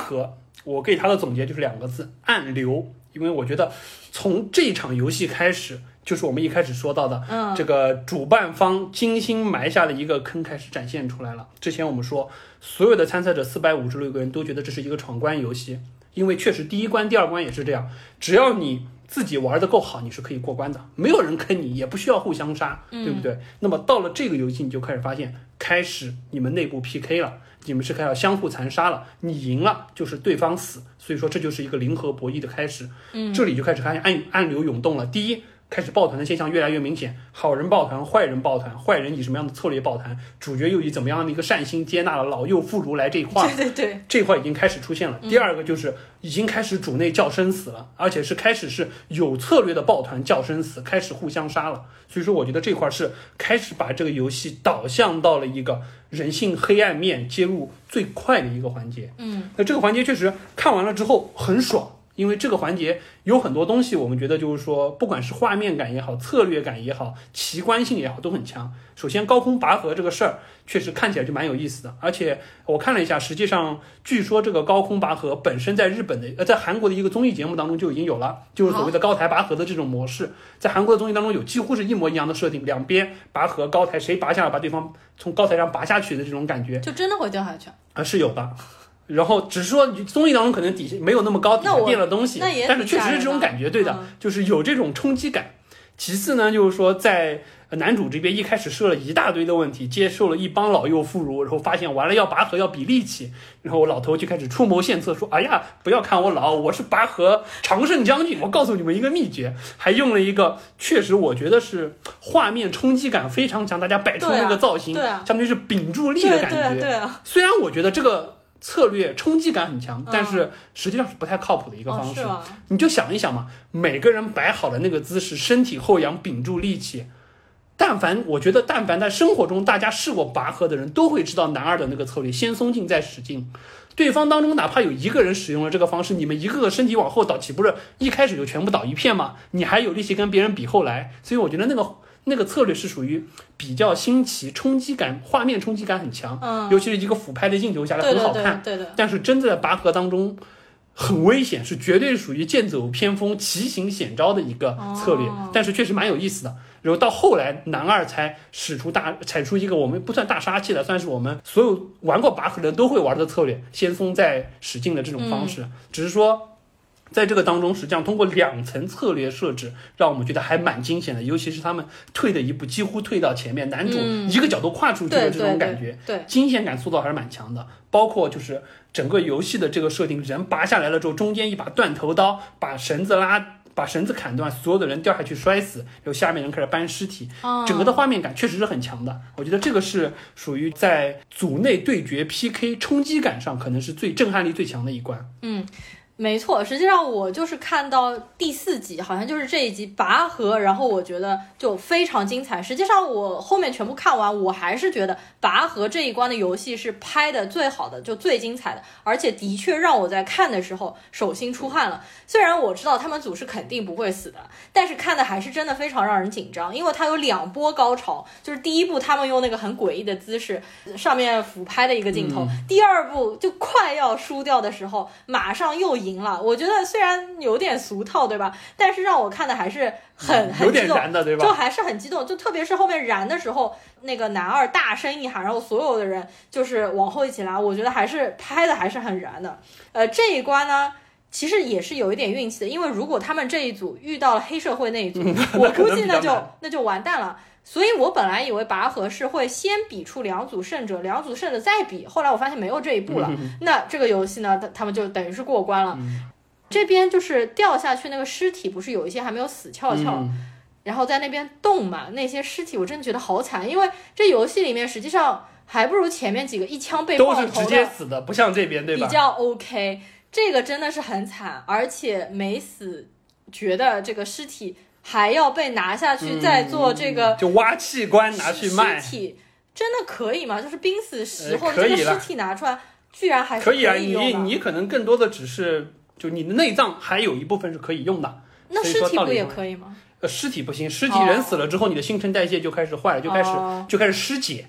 我给他的总结就是2个字：暗流。因为我觉得从这场游戏开始，就是我们一开始说到的，这个主办方精心埋下了一个坑开始展现出来了。之前我们说，所有的参赛者456个人都觉得这是一个闯关游戏，因为确实第一关、第二关也是这样，只要你自己玩得够好，你是可以过关的，没有人坑你，也不需要互相杀，对不对？那么到了这个游戏，你就开始发现，开始你们内部 PK 了。你们是开始相互残杀了，你赢了就是对方死，所以说这就是一个零和博弈的开始。这里就开始发现暗流涌动了。第一，开始抱团的现象越来越明显，好人抱团，坏人抱团，坏人以什么样的策略抱团，主角又以怎么样的一个善心接纳了老幼妇孺来这一块， 对， 这块已经开始出现了。第二个就是已经开始主内叫生死了，而且是开始是有策略的抱团叫生死，开始互相杀了。所以说我觉得这块是开始把这个游戏导向到了一个人性黑暗面接入最快的一个环节。那这个环节确实看完了之后很爽，因为这个环节有很多东西，我们觉得就是说，不管是画面感也好，策略感也好，奇观性也好，都很强。首先，高空拔河这个事儿确实看起来就蛮有意思的，而且我看了一下，实际上据说这个高空拔河本身在日本的在韩国的一个综艺节目当中就已经有了，就是所谓的高台拔河的这种模式，在韩国的综艺当中有几乎是一模一样的设定，两边拔河高台，谁拔下来把对方从高台上拔下去的这种感觉， 就真的会掉下去啊？是有的。然后只是说综艺当中可能底下没有那么高，底下垫了东西，但是确实是这种感觉，对的，就是有这种冲击感。其次呢，就是说在男主这边一开始设了一大堆的问题，接受了一帮老幼妇孺，然后发现完了要拔河要比力气，然后老头就开始出谋献策，说哎呀不要看我老，我是拔河常胜将军，我告诉你们一个秘诀，还用了一个确实我觉得是画面冲击感非常强，大家摆出那个造型，相当于是屏住力的感觉。 对， 虽然我觉得这个策略冲击感很强，但是实际上是不太靠谱的一个方式。你就想一想嘛，每个人摆好了那个姿势，身体后仰，屏住力气。我觉得但凡在生活中大家试过拔河的人都会知道男二的那个策略，先松劲再使劲。对方当中哪怕有一个人使用了这个方式，你们一个个身体往后倒，岂不是一开始就全部倒一片吗？你还有力气跟别人比后来。所以我觉得那个策略是属于比较新奇，冲击感，画面冲击感很强，尤其是一个俯拍的镜头下来很好看。 对， 但是真的在拔河当中很危险，是绝对属于剑走偏锋、奇形险招的一个策略，但是确实蛮有意思的。然后到后来，男二才踩出一个我们不算大杀器的，算是我们所有玩过拔河的人都会玩的策略，先松再使劲的这种方式。只是说在这个当中，实际上通过2层策略设置，让我们觉得还蛮惊险的，尤其是他们退的一步，几乎退到前面，男主一个角度跨出去的这种感觉， 对， 惊险感塑造还是蛮强的。包括就是整个游戏的这个设定，人拔下来了之后，中间一把断头刀把绳子砍断，所有的人掉下去摔死，然后下面人开始搬尸体，整个的画面感确实是很强的。我觉得这个是属于在组内对决 PK 冲击感上可能是最震撼力最强的一关。 没错，实际上我就是看到第4集，好像就是这一集拔河，然后我觉得就非常精彩。实际上我后面全部看完，我还是觉得拔河这一关的游戏是拍的最好的，就最精彩的，而且的确让我在看的时候手心出汗了。虽然我知道他们组是肯定不会死的，但是看的还是真的非常让人紧张，因为它有2波高潮，就是第一部他们用那个很诡异的姿势上面俯拍的一个镜头，第二部就快要输掉的时候马上又赢了。我觉得虽然有点俗套，对吧？但是让我看的还是很有点激动， 燃的，对吧？ 就还是很激动，就特别是后面燃的时候，那个男二大声一喊，然后所有的人就是往后一起拉，我觉得还是拍的还是很燃的。这一关呢，其实也是有一点运气的，因为如果他们这一组遇到了黑社会那一组，我估计那就完蛋了。所以我本来以为拔河是会先比出2组胜者，2组胜者再比，后来我发现没有这一步了。那这个游戏呢，他们就等于是过关了。这边就是掉下去那个尸体，不是有一些还没有死翘翘，然后在那边动嘛，那些尸体我真的觉得好惨，因为这游戏里面实际上还不如前面几个一枪被爆头的都是直接死的，不像这边，对吧？ 比较 OK， 这个真的是很惨，而且没死绝的这个尸体还要被拿下去再做这个就挖器官拿去卖， 尸体真的可以吗？就是濒死时候这个尸体拿出来居然还是可以用的。 你可能更多的只是就你的内脏还有一部分是可以用的， 那尸体不也可以吗？ 尸体不行，尸体人死了之后，你的新陈代谢就开始坏了，就开始尸解，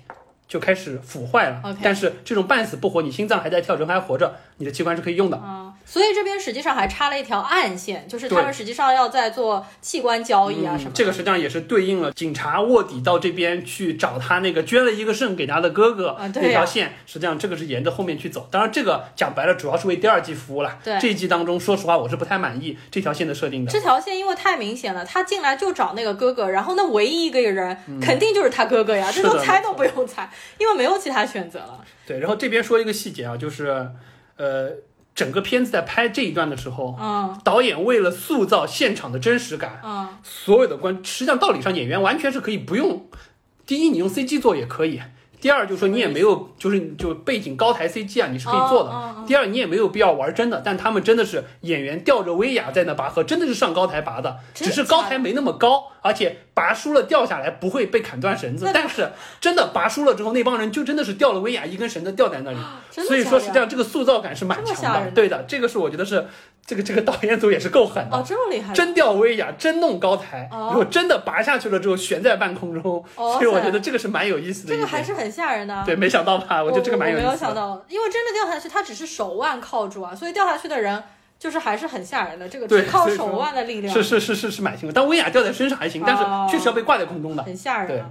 就开始腐坏了。 Okay. 但是这种半死不活，你心脏还在跳，人还活着，你的器官是可以用的。 所以这边实际上还插了一条暗线，就是他们实际上要在做器官交易啊什么的。 这个实际上也是对应了警察卧底到这边去找他那个捐了一个肾给他的哥哥那条线，实际上这个是沿着后面去走。当然这个讲白了主要是为第2季服务了。 对， 这一季当中说实话我是不太满意这条线的设定的。 这条线因为太明显了，他进来就找那个哥哥，然后那唯一一个人肯定就是他哥哥呀，这都猜都不用猜，因为没有其他选择了。 对，然后这边说一个细节啊，就是整个片子在拍这一段的时候，导演为了塑造现场的真实感，所有的实际上道理上演员完全是可以不用，第一你用 CG 做也可以，第二就是说你也没有就背景高台 CG 啊，你是可以做的。第二你也没有必要玩真的，但他们真的是演员吊着威亚在那拔河，真的是上高台拔的，只是高台没那么高，而且拔输了掉下来不会被砍断绳子，但是真的拔输了之后，那帮人就真的是吊了威亚一根绳子吊在那里，所以说实际上这个塑造感是蛮强的。对的，这个是我觉得是这个导演组也是够狠的这么厉害， 真吊威亚，真弄高台，然后真的拔下去了之后悬在半空中，所以我觉得这个是蛮有意思的。 这个还是很吓人的。 对，没想到吧？我觉得这个蛮有意思的。 我没有想到，因为真的掉下去，他只是手腕靠住啊，所以掉下去的人就是还是很吓人的。这个只靠手腕的力量， 是蛮辛苦。但威亚掉在身上还行，但是确实要被挂在空中的， 很吓人啊。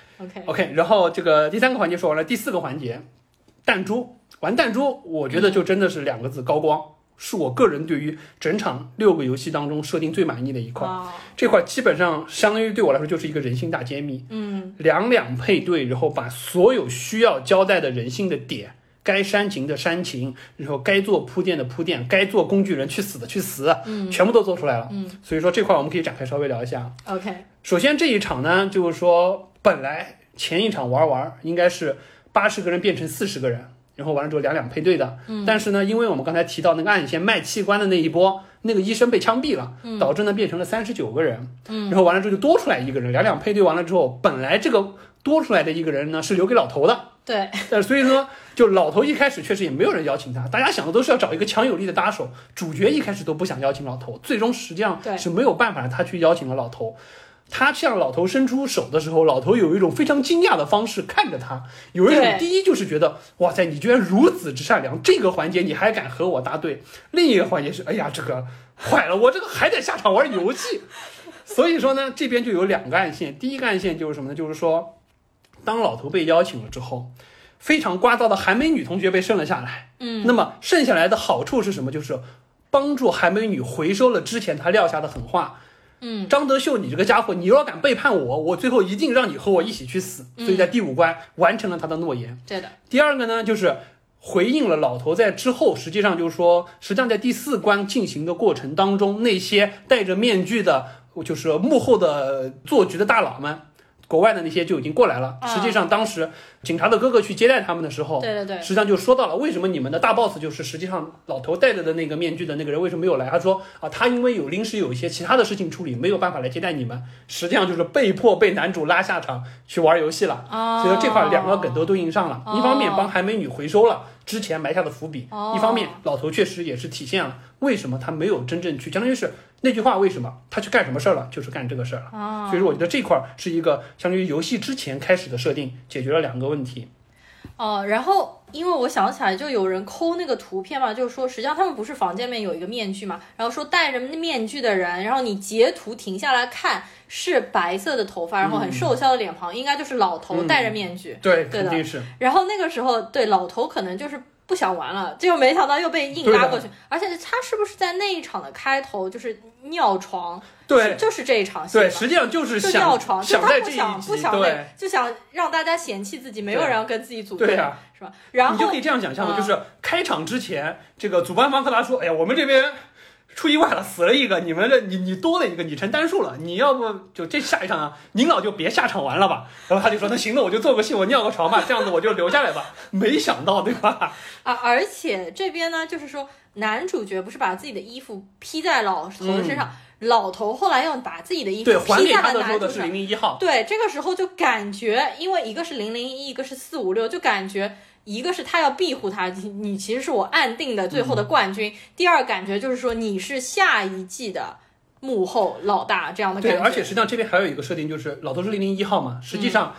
OK， 然后这个第3个环节说完了，第4个环节，弹珠玩弹珠，我觉得就真的是2个字，高光。是我个人对于整场6个游戏当中设定最满意的一块。这块基本上相当于对我来说就是一个人性大揭秘。两配对，然后把所有需要交代的人性的点，该煽情的煽情，然后该做铺垫的铺垫，该做工具人去死的去死，全部都做出来了。所以说这块我们可以展开稍微聊一下。 OK， 首先这一场呢，就是说本来前一场玩应该是80个人变成40个人。然后完了之后两配对的，但是呢，因为我们刚才提到那个暗线卖器官的那一波，那个医生被枪毙了，导致呢变成了39个人，然后完了之后就多出来一个人，两配对完了之后，本来这个多出来的一个人呢是留给老头的， 对， 所以说就老头一开始确实也没有人邀请他，大家想的都是要找一个强有力的搭手，主角一开始都不想邀请老头，最终实际上是没有办法他去邀请了老头。他向老头伸出手的时候，老头有一种非常惊讶的方式看着他，有一种第一就是觉得哇塞，你居然如此之善良，这个环节你还敢和我搭对，另一个环节是哎呀这个坏了，我这个还得下场玩游戏。所以说呢，这边就有2个暗线，第一个暗线就是什么呢，就是说当老头被邀请了之后，非常聒噪的韩美女同学被剩了下来，那么剩下来的好处是什么，就是帮助韩美女回收了之前她撂下的狠话，张德秀，你这个家伙，你要敢背叛我，我最后一定让你和我一起去死。所以在第5关完成了他的诺言。 对的。 第二个呢，就是回应了老头在之后，实际上就是说，实际上在第4关进行的过程当中，那些戴着面具的，就是幕后的做局的大佬们。国外的那些就已经过来了。实际上当时警察的哥哥去接待他们的时候， 对， 实际上就说到了为什么你们的大 boss 就是实际上老头戴着的那个面具的那个人为什么没有来？他说他因为临时有一些其他的事情处理，没有办法来接待你们。实际上就是被迫被男主拉下场去玩游戏了。所以说这块2个梗都对应上了。一方面帮韩美女回收了之前埋下的伏笔，一方面老头确实也是体现了为什么他没有真正去，相当于是那句话，为什么他去干什么事儿了，就是干这个事儿了。所以说我觉得这块是一个相当于游戏之前开始的设定，解决了2个问题。 然后因为我想起来，就有人抠那个图片嘛，就是说实际上他们不是房间里面有一个面具嘛，然后说戴着面具的人，然后你截图停下来看是白色的头发，然后很瘦削的脸庞，应该就是老头戴着面具。 对，肯定是。 然后那个时候对老头可能就是不想玩了，结果没想到又被硬拉过去，而且他是不是在那一场的开头就是尿床？ 对， 就是这一场戏。 对，实际上就是尿床， 想在这一集， 不想就想让大家嫌弃自己，没有人要跟自己组队， 对啊， 是吧？然后你就可以这样想象，就是开场之前，这个主办方和他说：“哎呀，我们这边出意外了，死了一个，你们这你多了一个，你成单数了，你要不就这下一场啊，您老就别下场玩了吧。”然后他就说：“那行了，我就做个戏，我尿个床吧，这样子我就留下来吧。”没想到，对吧？ 而且这边呢，就是说男主角不是把自己的衣服披在老头的身上。老头后来又把自己的衣服披在了男主上， 对，还对，这个时候就感觉，因为一个是001，一个是456，就感觉一个是他要庇护他，你其实是我暗定的最后的冠军。第二感觉就是说你是下一季的幕后老大这样的感觉。 对，而且实际上这边还有一个设定，就是老头是001号嘛，实际上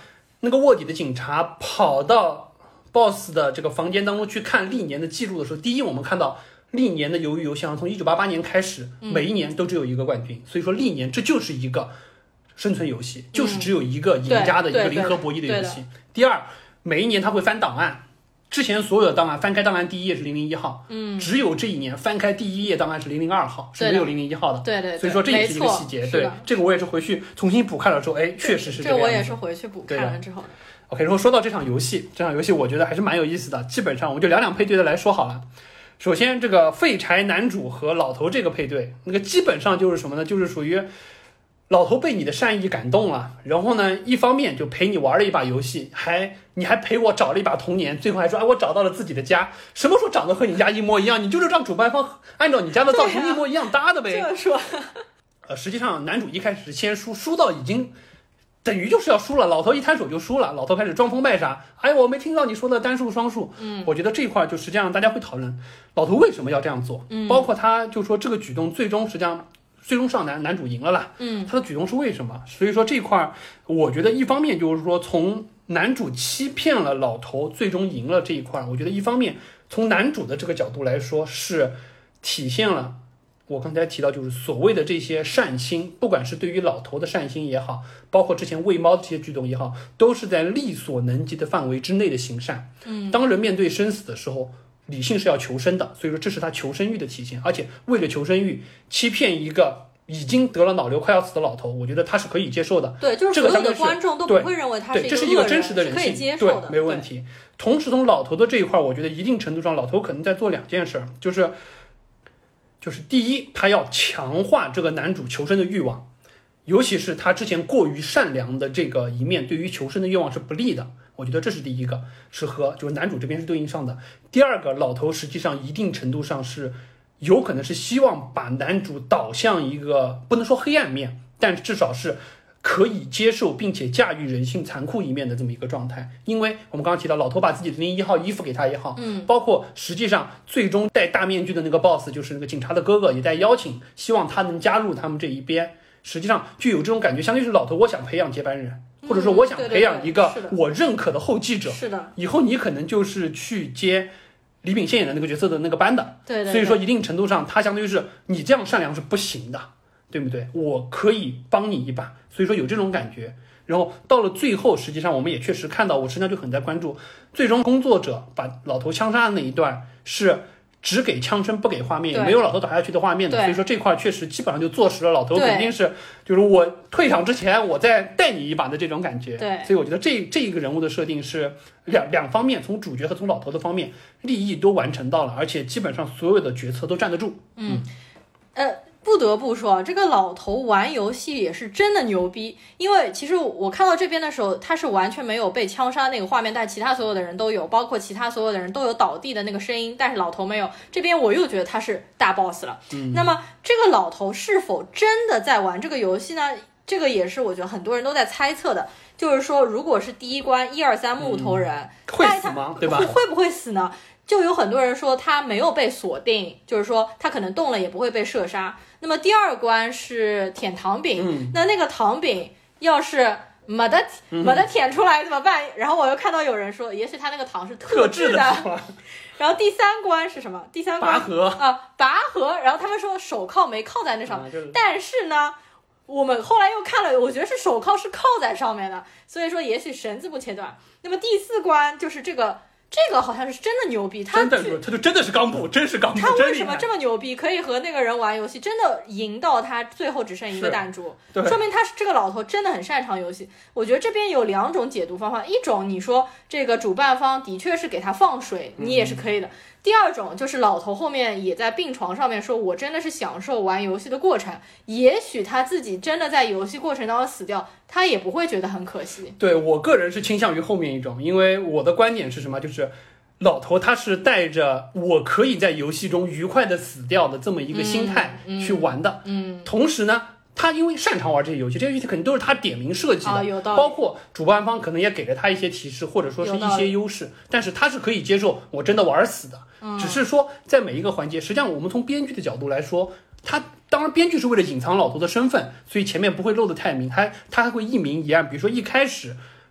那个卧底的警察跑到 BOSS 的这个房间当中去看历年的记录的时候，第一，我们看到历年的鱿鱼游戏从1988年开始，每一年都只有一个冠军，所以说历年这就是一个生存游戏，就是只有一个赢家的一个零和博弈的游戏。第二，每一年他会翻档案，之前所有的档案翻开档案第一页是001号，只有这一年翻开第一页档案是002号，是没有001号的。 对， 所以说这也是一个细节。对，这个我也是回去重新补看了之后，哎，确实是这个样子。 这我也是回去补看了之后。 OK， 然后说到这场游戏我觉得还是蛮有意思的。基本上我们就两配对的来说好了。首先，这个废柴男主和老头这个配对，那个基本上就是什么呢？就是属于老头被你的善意感动了，然后呢，一方面就陪你玩了一把游戏，你还陪我找了一把童年，最后还说，哎，我找到了自己的家。什么时候长得和你家一模一样？你就是让主办方按照你家的造型一模一样搭的呗。 这么说， 实际上男主一开始是先输到已经等于就是要输了，老头一摊手就输了，老头开始装疯卖傻，哎，我没听到你说的单数双数。我觉得这一块就实际上大家会讨论老头为什么要这样做，包括他就说这个举动最终实际上最终上男主赢了啦，他的举动是为什么？所以说这块我觉得一方面就是说从男主欺骗了老头最终赢了这一块，我觉得一方面从男主的这个角度来说是体现了我刚才提到就是所谓的这些善心，不管是对于老头的善心也好，包括之前喂猫的这些举动也好，都是在力所能及的范围之内的行善。当人面对生死的时候，理性是要求生的，所以说这是他求生欲的体现。而且为了求生欲欺骗一个已经得了脑瘤快要死的老头，我觉得他是可以接受的。 对，就是所有的观众都不会认为他是一个恶人， 这是一个真实的人性， 可以接受的， 对，没有问题。同时从老头的这一块，我觉得一定程度上老头可能在做两件事，就是第一，他要强化这个男主求生的欲望，尤其是他之前过于善良的这个一面，对于求生的欲望是不利的。我觉得这是第一个，是和就是男主这边是对应上的。第二个，老头实际上一定程度上是有可能是希望把男主导向一个不能说黑暗面，但至少是可以接受并且驾驭人性残酷一面的这么一个状态。因为我们刚刚提到老头把自己的001号衣服给他也好，包括实际上最终戴大面具的那个 boss 就是那个警察的哥哥也在邀请，希望他能加入他们这一边，实际上就有这种感觉，相当于是老头我想培养接班人，或者说我想培养一个我认可的后继者， 是的， 以后你可能就是去接李秉宪演的那个角色的那个班的。 对， 所以说一定程度上他相当于是你这样善良是不行的，对不对？我可以帮你一把，所以说有这种感觉。然后到了最后，实际上我们也确实看到，我实际上就很在关注最终工作者把老头枪杀的那一段是只给枪声不给画面，也没有老头倒下去的画面的，所以说这块确实基本上就坐实了老头肯定是就是我退场之前我再带你一把的这种感觉。 对， 所以我觉得这一个人物的设定是两方面，从主角和从老头的方面利益都完成到了，而且基本上所有的决策都站得住。 不得不说，这个老头玩游戏也是真的牛逼。因为其实我看到这边的时候，他是完全没有被枪杀那个画面，但其他所有的人都有，包括其他所有的人都有倒地的那个声音，但是老头没有。这边我又觉得他是大 boss 了。那么这个老头是否真的在玩这个游戏呢？这个也是我觉得很多人都在猜测的。就是说，如果是第一关1、2、3木头人， 会死吗？对吧？ 会不会死呢？就有很多人说他没有被锁定，就是说他可能动了也不会被射杀。那么第二关是舔糖饼，那个糖饼要是没得舔出来怎么办？然后我又看到有人说，也许他那个糖是特制的。然后第三关是什么？第三关拔河。然后他们说手铐没铐在那上面，但是呢，我们后来又看了，我觉得是手铐是铐在上面的，所以说也许绳子不切断。那么第四关就是这个好像是真的牛逼，他就真的是钢布，真是钢布。 他为什么这么牛逼，可以和那个人玩游戏，真的赢到他最后只剩一个弹珠，说明他是这个老头真的很擅长游戏。我觉得这边有两种解读方法，一种你说这个主办方的确是给他放水，你也是可以的。第二种就是老头后面也在病床上面说，我真的是享受玩游戏的过程，也许他自己真的在游戏过程当中死掉，他也不会觉得很可惜。 对，我个人是倾向于后面一种，因为我的观点是什么，就是老头他是带着我可以在游戏中愉快的死掉的这么一个心态去玩的。同时呢，他因为擅长玩这些游戏，这些游戏肯定都是他点名设计的， 有道理。 包括主办方可能也给了他一些提示，或者说是一些优势，但是他是可以接受我真的玩死的。只是说在每一个环节，实际上我们从编剧的角度来说，他当然编剧是为了隐藏老头的身份，所以前面不会露得太明，他还会一明一暗。比如说一开始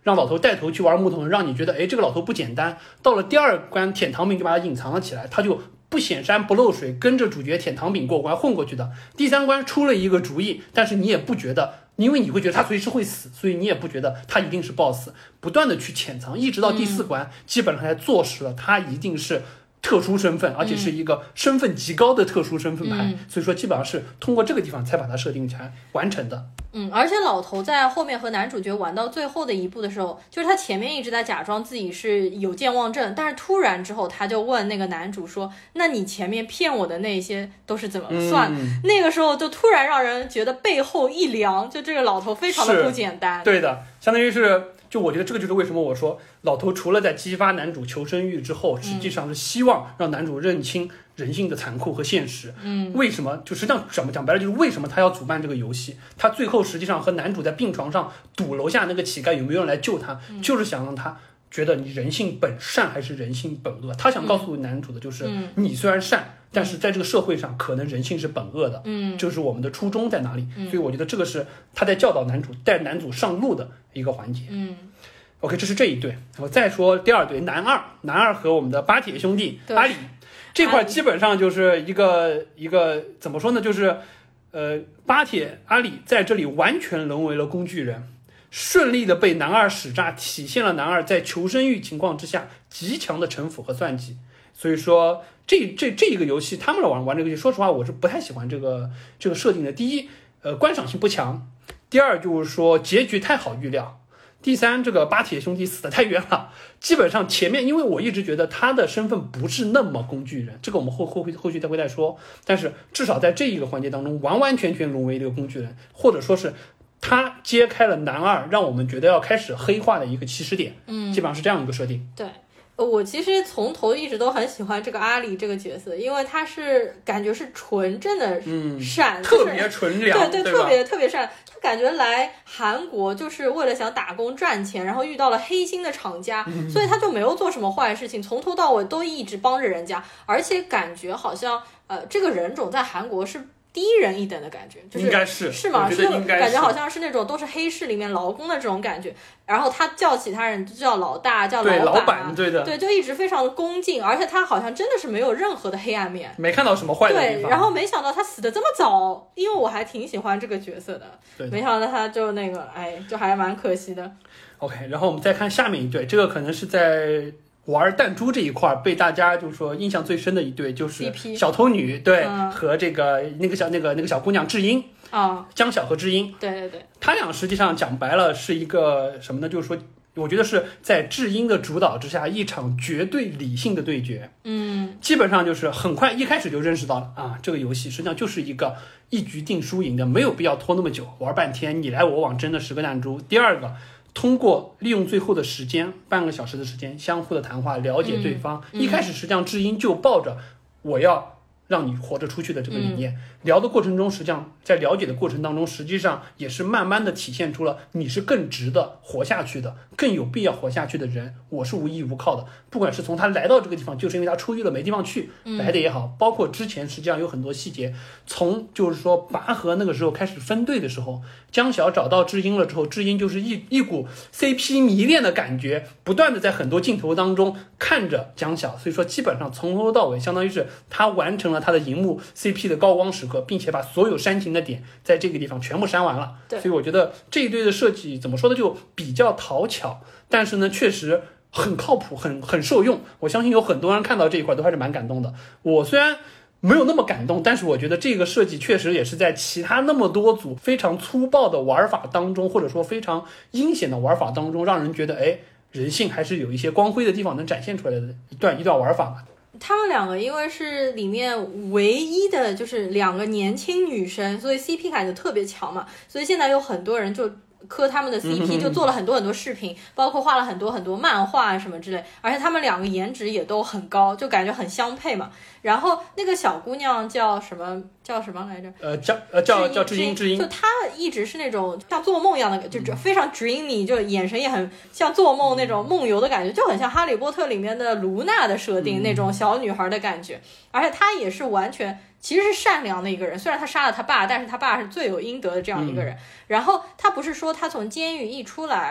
让老头带头去玩木头人，让你觉得哎这个老头不简单。到了第2关舔糖饼就把他隐藏了起来，他就不显山不漏水，跟着主角舔糖饼过关混过去的。第3关出了一个主意，但是你也不觉得，因为你会觉得他随时会死，所以你也不觉得他一定是 BOSS， 不断的去潜藏，一直到第4关，基本上才坐实了他一定是特殊身份，而且是一个身份极高的特殊身份牌，所以说基本上是通过这个地方才把它设定起来完成的。 而且老头在后面和男主角玩到最后的一步的时候，就是他前面一直在假装自己是有健忘症，但是突然之后他就问那个男主说，那你前面骗我的那些都是怎么算？那个时候就突然让人觉得背后一凉，就这个老头非常的不简单。 对的，相当于是，就我觉得这个就是为什么我说老头除了在激发男主求生欲之后，实际上是希望让男主认清人性的残酷和现实。为什么？就实际上讲白了，就是为什么他要主办这个游戏？他最后实际上和男主在病床上赌楼下那个乞丐有没有人来救他，就是想让他觉得你人性本善还是人性本恶。他想告诉男主的就是，你虽然善，但是在这个社会上可能人性是本恶的。这是我们的初衷在哪里？所以我觉得这个是他在教导男主、带男主上路的一个环节。OK， 这是这一对。我再说第2对，男二和我们的巴铁兄弟阿里这块基本上就是一个怎么说呢？就是巴铁阿里在这里完全沦为了工具人，顺利的被男二使诈，体现了男二在求生欲情况之下极强的城府和算计。所以说这一个游戏，他们玩这个游戏，说实话我是不太喜欢这个设定的。第一，观赏性不强；第二就是说结局太好预料。第三，这个巴铁兄弟死得太冤了，基本上前面，因为我一直觉得他的身份不是那么工具人，这个我们后续再说。但是至少在这一个环节当中，完完全全沦为这个工具人，或者说是他揭开了男二让我们觉得要开始黑化的一个起始点。基本上是这样一个设定。 对。我其实从头一直都很喜欢这个阿里这个角色，因为他是感觉是纯正的善， 特别纯良， 对，特别善。他感觉来韩国就是为了想打工赚钱，然后遇到了黑心的厂家，所以他就没有做什么坏事情，从头到尾都一直帮着人家，而且感觉好像这个人种在韩国是低人一等的感觉，就是应该是吗？ 是感觉好像是那种都是黑市里面劳工的这种感觉，然后他叫其他人就叫老大，叫老板，对的， 对，就一直非常的恭敬，而且他好像真的是没有任何的黑暗面， 没看到什么坏的地方。 对，然后没想到他死的这么早，因为我还挺喜欢这个角色的， 对， 没想到他就那个，就还蛮可惜的。 OK， 然后我们再看下面一对，这个可能是在玩弹珠这一块被大家就是说印象最深的一对，就是小偷女对、和这个那个小姑娘智英江晓和智英， 对， 他俩实际上讲白了是一个什么呢？就是说，我觉得是在智英的主导之下，一场绝对理性的对决。基本上就是很快一开始就认识到了这个游戏实际上就是一个一局定输赢的，没有必要拖那么久，玩半天你来我往争的10个弹珠。第二个，通过利用最后的时间半个小时的时间相互的谈话了解对方。一开始实际上智英就抱着我要让你活着出去的这个理念，聊的过程中，实际上在了解的过程当中，实际上也是慢慢的体现出了你是更值得活下去的，更有必要活下去的人，我是无依无靠的。不管是从他来到这个地方，就是因为他出狱了没地方去来的也好，包括之前实际上有很多细节，从就是说拔河那个时候开始分队的时候，江晓找到智英了之后，智英就是一股 CP 迷恋的感觉，不断的在很多镜头当中看着江晓，所以说基本上从头到尾相当于是他完成了他的荧幕 CP 的高光时刻，并且把所有煽情的点在这个地方全部删完了。所以我觉得这一堆的设计怎么说呢，就比较讨巧，但是呢确实很靠谱，很受用。我相信有很多人看到这一块都还是蛮感动的。我虽然没有那么感动，但是我觉得这个设计确实也是在其他那么多组非常粗暴的玩法当中，或者说非常阴险的玩法当中，让人觉得人性还是有一些光辉的地方能展现出来的一段玩法吧。 他们两个因为是里面唯一的就是2个年轻女生，所以 CP 感就特别强嘛，所以现在有很多人就磕他们的 CP， 就做了很多视频，包括画了很多漫画什么之类，而且他们2个颜值也都很高，就感觉很相配嘛。然后那个小姑娘叫什么来着？ 叫智英， 就她一直是那种像做梦一样的，就非常 dreamy， 就眼神也很像做梦那种梦游的感觉，就很像哈利波特里面的卢娜的设定，那种小女孩的感觉。而且她也是完全其实是善良的一个人，虽然他杀了他爸，但是他爸是罪有应得的这样一个人。然后他不是说他从监狱一出来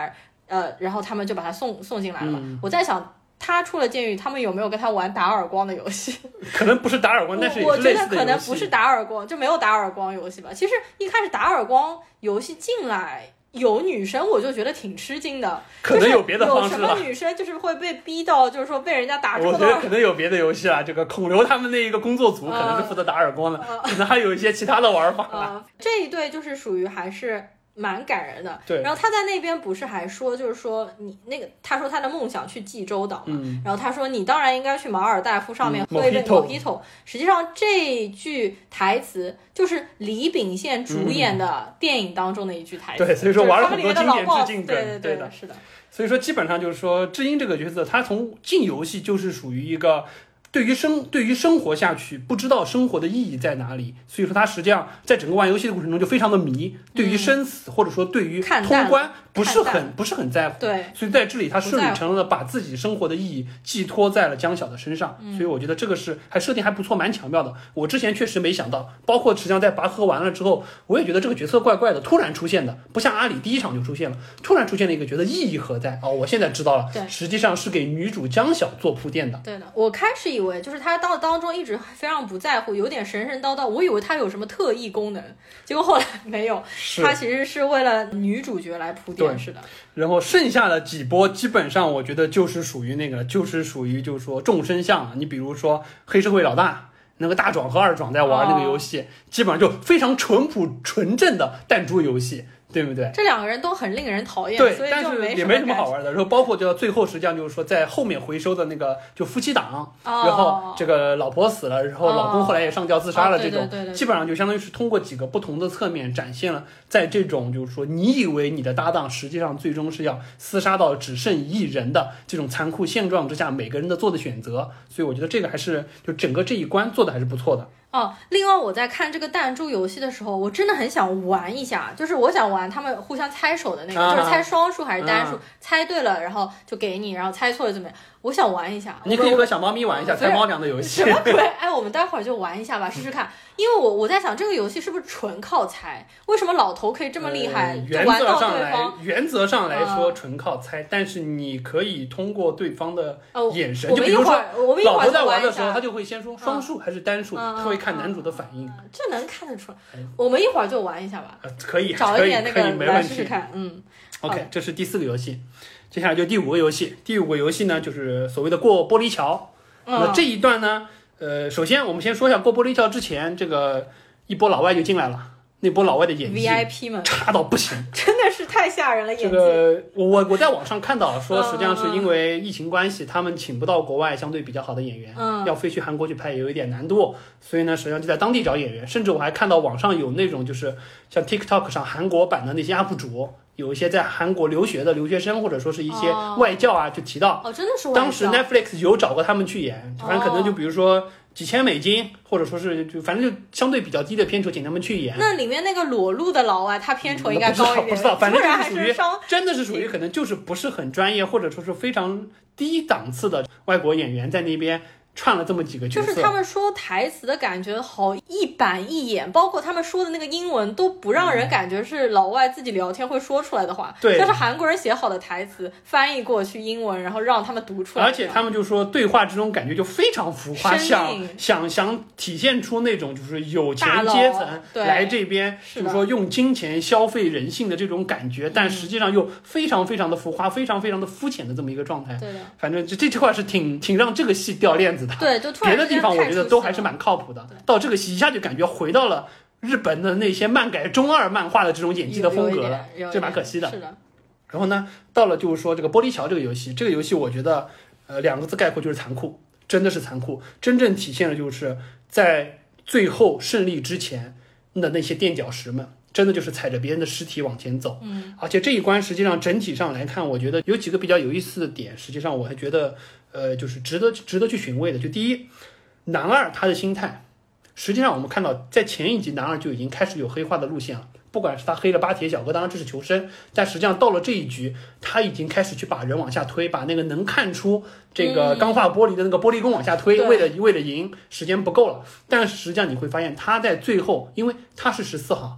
然后他们就把他送进来了嘛。我在想，他出了监狱，他们有没有跟他玩打耳光的游戏？ 可能不是打耳光，但是我觉得也是类似的游戏。 可能不是打耳光，就没有打耳光游戏吧。其实一开始打耳光游戏进来有女生，我就觉得挺吃惊的。 可能有别的方式了。 有什么女生就是会被逼到，就是说被人家打。 我觉得可能有别的游戏啊，这个孔刘他们那一个工作组可能是负责打耳光的，可能还有一些其他的玩法。 这一对就是属于还是蛮感人的。 对， 然后他在那边不是还说，就是说你那个，他说他的梦想去济州岛嘛，然后他说你当然应该去马尔代夫上面喝一杯 Mojito。实际上这句台词就是李秉宪主演的电影当中的一句台词。 对，所以说玩了很多经典致敬。 对的，是的。 所以说基本上就是说，智英这个角色，他从进游戏就是属于一个对于生活下去不知道生活的意义在哪里，所以说他实际上在整个玩游戏的过程中就非常的迷，对于生死或者说对于通关不是很在乎。 对， 所以在这里他顺理成章的把自己生活的意义寄托在了江晓的身上。所以我觉得这个是设定还不错，蛮巧妙的。我之前确实没想到，包括实际上在拔河完了之后，我也觉得这个角色怪怪的，突然出现的，不像阿里第一场就出现了，突然出现了一个角色，意义何在？我现在知道了，实际上是给女主江晓做铺垫的。 对的，我开始以为就是他当中一直非常不在乎，有点神神叨叨，我以为他有什么特异功能，结果后来没有，他其实是为了女主角来铺垫。是的。 然后剩下的几波基本上我觉得就是属于就是说众生相。你比如说黑社会老大那个大壮和二壮在玩那个游戏，基本上就非常淳朴纯正的弹珠游戏，对不对？ 这两个人都很令人讨厌， 对， 所以但是也没什么好玩的。然后包括就最后实际上就是说在后面回收的那个就夫妻档，然后这个老婆死了，然后老公后来也上吊自杀了，这种基本上就相当于是通过几个不同的侧面展现了，在这种就是说你以为你的搭档实际上最终是要厮杀到只剩一人的这种残酷现状之下，每个人的做的选择。所以我觉得这个还是就整个这一关做的还是不错的。 另外我在看这个弹珠游戏的时候，我真的很想玩一下，就是我想玩他们互相猜手的那个，就是猜双数还是单数，猜对了然后就给你，然后猜错了怎么样？我想玩一下。 你可以和小猫咪玩一下猜猫粮的游戏。 什么鬼？我们待会儿就玩一下吧，试试看。因为我在想这个游戏是不是纯靠猜？为什么老头可以这么厉害？ 原则上来说纯靠猜，但是你可以通过对方的眼神，就比如说老头在玩的时候，他就会先说双数还是单数，他会看男主的反应。 这能看得出来。我们一会儿就玩一下吧。 可以， 找一点那个来试试看。 OK， 这是第4个游戏。接下来就第5个游戏。第5个游戏呢，就是所谓的过玻璃桥。那这一段呢，首先我们先说一下过玻璃桥之前，这个一波老外就进来了。那波老外的演技 VIP 们差到不行， 真的是太吓人了。演技我在网上看到说，实际上是因为疫情关系，他们请不到国外相对比较好的演员，要飞去韩国去拍也有一点难度，所以呢，实际上就在当地找演员。甚至我还看到网上有那种就是像 TikTok 上韩国版的那些 UP 主，有一些在韩国留学的留学生，或者说是一些外教啊，就提到真的是外教。 当时 Netflix 有找过他们去演，反正可能就比如说几千美金，或者说是就反正就相对比较低的片酬，请他们去演。 那里面那个裸露的老外，他片酬应该高一点。 不知道，反正就是属于真的是属于可能就是不是很专业，或者说是非常低档次的外国演员在那边串了这么几个角色， 就是他们说台词的感觉好一板一眼，包括他们说的那个英文都不让人感觉是老外自己聊天会说出来的话， 对， 像是韩国人写好的台词翻译过去英文，然后让他们读出来。 而且他们就说对话之中感觉就非常浮夸，想体现出那种就是有钱阶层来这边，就是说用金钱消费人性的这种感觉，但实际上又非常非常的浮夸，非常非常的肤浅的这么一个状态。 对的， 反正这块是挺让这个戏掉链子。 对，就突然别的地方我觉得都还是蛮靠谱的，到这个戏一下就感觉回到了日本的那些漫改中二漫画的这种演技的风格了，这蛮可惜的。 是的。 然后呢，到了就是说这个玻璃桥这个游戏，我觉得2个字概括就是残酷，真的是残酷，真正体现了就是在最后胜利之前的那些垫脚石们。真的就是踩着别人的尸体往前走，而且这一关实际上整体上来看，我觉得有几个比较有意思的点，实际上我还觉得，就是值得去寻味的。就第一，男二他的心态，实际上我们看到在前一集男二就已经开始有黑化的路线了，不管是他黑了巴铁小哥，当然这是求生，但实际上到了这一局，他已经开始去把人往下推，把那个能看出这个钢化玻璃的那个玻璃工往下推，为了赢，时间不够了。但是实际上你会发现他在最后，因为他是14号。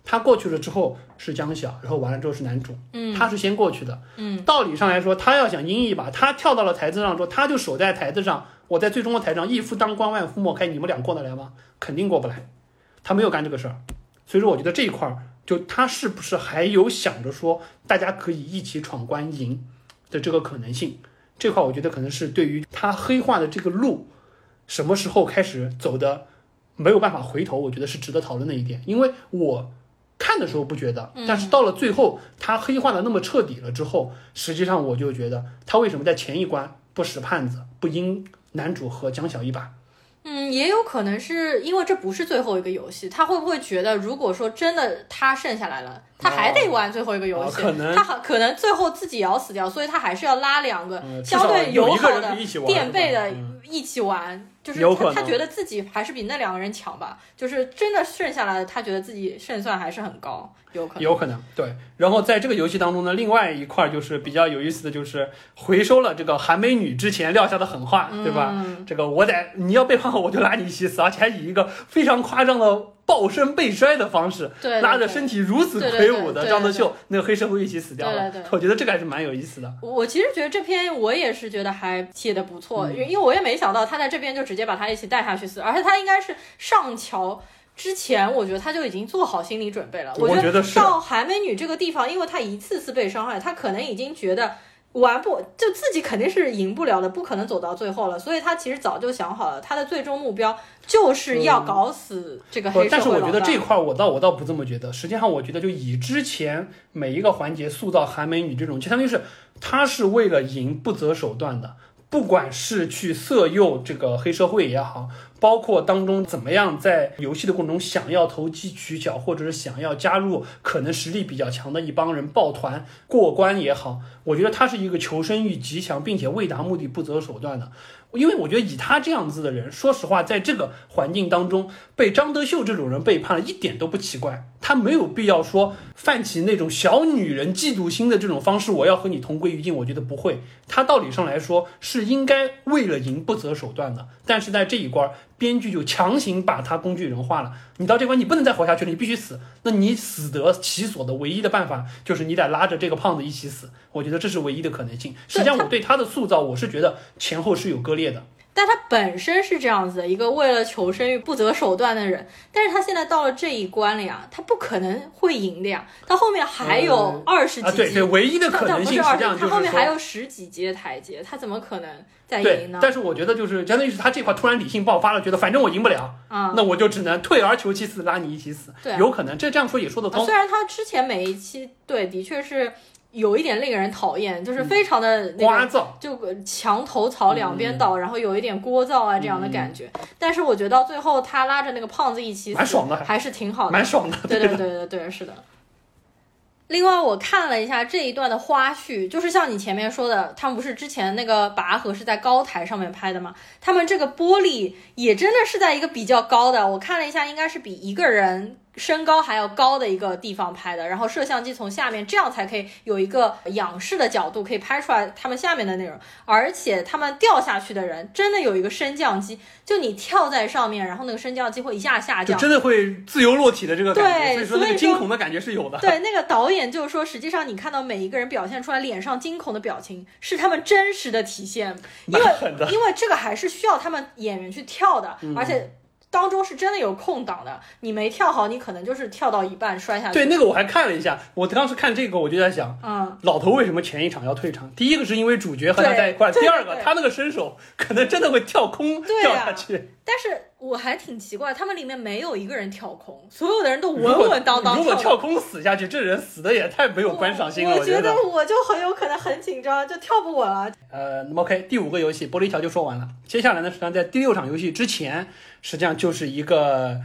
他过去了之后是江晓，然后完了之后是男主，他是先过去的，道理上来说，他要想阴一把，他跳到了台子上之后，他就守在台子上，我在最终的台上一夫当关万夫莫开，你们俩过得来吗？肯定过不来，他没有干这个事儿，所以说我觉得这一块就他是不是还有想着说大家可以一起闯关赢的这个可能性，这块我觉得可能是对于他黑化的这个路什么时候开始走的没有办法回头，我觉得是值得讨论的一点。因为我看的时候不觉得，但是到了最后他黑化的那么彻底了之后，实际上我就觉得他为什么在前一关不使绊子，不阴男主和江晓一把。 也有可能是因为这不是最后一个游戏，他会不会觉得如果说真的他剩下来了，他还得玩最后一个游戏，他可能最后自己也要死掉，所以他还是要拉两个相对友好的垫背的一起玩，就是他觉得自己还是比那两个人强吧，就是真的剩下来他觉得自己胜算还是很高， 有可能对。然后在这个游戏当中呢，另外一块就是比较有意思的就是回收了这个韩美女之前撂下的狠话，对吧？这个你要背叛我就拉你一起死，而且还以一个非常夸张的抱身背摔的方式，拉着身体如此魁梧的张德秀那个黑社会一起死掉了。我觉得这个还是蛮有意思的。 我其实觉得这篇我也是觉得还写的不错，因为我也没想到他在这边就直接把他一起带下去死，而且他应该是上桥之前我觉得他就已经做好心理准备了。我觉得到韩美女这个地方，因为他一次次被伤害，他可能已经觉得玩不就自己肯定是赢不了的，不可能走到最后了，所以他其实早就想好了，他的最终目标就是要搞死这个黑社会老大。 但是我觉得这块我倒不这么觉得，实际上我觉得就以之前每一个环节塑造韩美女这种，就相当于是他是为了赢不择手段的，不管是去色诱这个黑社会也好，包括当中怎么样在游戏的过程中想要投机取巧，或者是想要加入可能实力比较强的一帮人抱团过关也好，我觉得他是一个求生欲极强，并且为达目的不择手段的。因为我觉得以他这样子的人，说实话在这个环境当中被张德秀这种人背叛了一点都不奇怪，他没有必要说泛起那种小女人嫉妒心的这种方式，我要和你同归于尽，我觉得不会。他道理上来说是应该为了赢不择手段的，但是在这一关编剧就强行把他工具人化了，你到这关你不能再活下去了，你必须死，那你死得其所的唯一的办法就是你得拉着这个胖子一起死，我觉得这是唯一的可能性。实际上我对他的塑造我是觉得前后是有割裂的， 但他本身是这样子的一个为了求生欲不择手段的人，但是他现在到了这一关了呀，他不可能会赢的呀，他后面还有20几级， 对，唯一的可能性实际上就是他后面还有10几阶台阶，他怎么可能再赢呢？ 但是我觉得就是相当于是他这块突然理性爆发了，觉得反正我赢不了，那我就只能退而求其次，拉你一起死，有可能这样说也说得通。 虽然他之前每一期的确是有一点令人讨厌，就是非常的那个聒噪， 就墙头草两边倒，然后有一点聒噪啊这样的感觉。但是我觉得到最后他拉着那个胖子一起死， 蛮爽的， 还是挺好的， 蛮爽的。 对，是的。另外我看了一下这一段的花絮，就是像你前面说的，他们不是之前那个拔河是在高台上面拍的吗？他们这个玻璃也真的是在一个比较高的，我看了一下应该是比一个人身高还要高的一个地方拍的，然后摄像机从下面，这样才可以有一个仰视的角度可以拍出来他们下面的内容。而且他们掉下去的人真的有一个升降机，就你跳在上面，然后那个升降机会一下下降， 就真的会自由落体的这个感觉，所以说那个惊恐的感觉是有的。 对，那个导演就是说实际上你看到每一个人表现出来脸上惊恐的表情是他们真实的体现，因为这个还是需要他们演员去跳的，而且当中是真的有空档的，你没跳好，你可能就是跳到一半摔下去。 对，那个我还看了一下，我当时看这个我就在想，老头为什么前一场要退场？第一个是因为主角和他在一块，第二个他那个身手可能真的会跳空掉下去。 但是我还挺奇怪，他们里面没有一个人跳空，所有的人都稳稳当当。 如果跳空死下去，这人死的也太没有观赏性了。 我觉得我就很有可能很紧张，就跳不稳了。 那么 OK， 第5个游戏玻璃桥就说完了。接下来呢，实际上在第6场游戏之前，实际上就是一个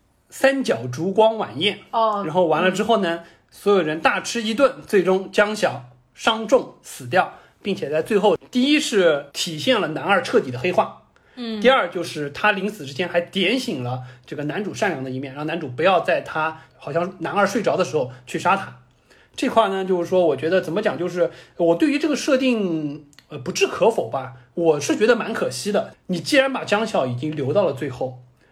3角烛光晚宴。然后完了之后呢，所有人大吃一顿，最终江晓伤重死掉，并且在最后，第一是体现了男二彻底的黑化。第二就是他临死之前还点醒了这个男主善良的一面，让男主不要在他好像男二睡着的时候去杀他。这块呢，就是说我觉得怎么讲，就是我对于这个设定不置可否吧，我是觉得蛮可惜的。你既然把江晓已经留到了最后，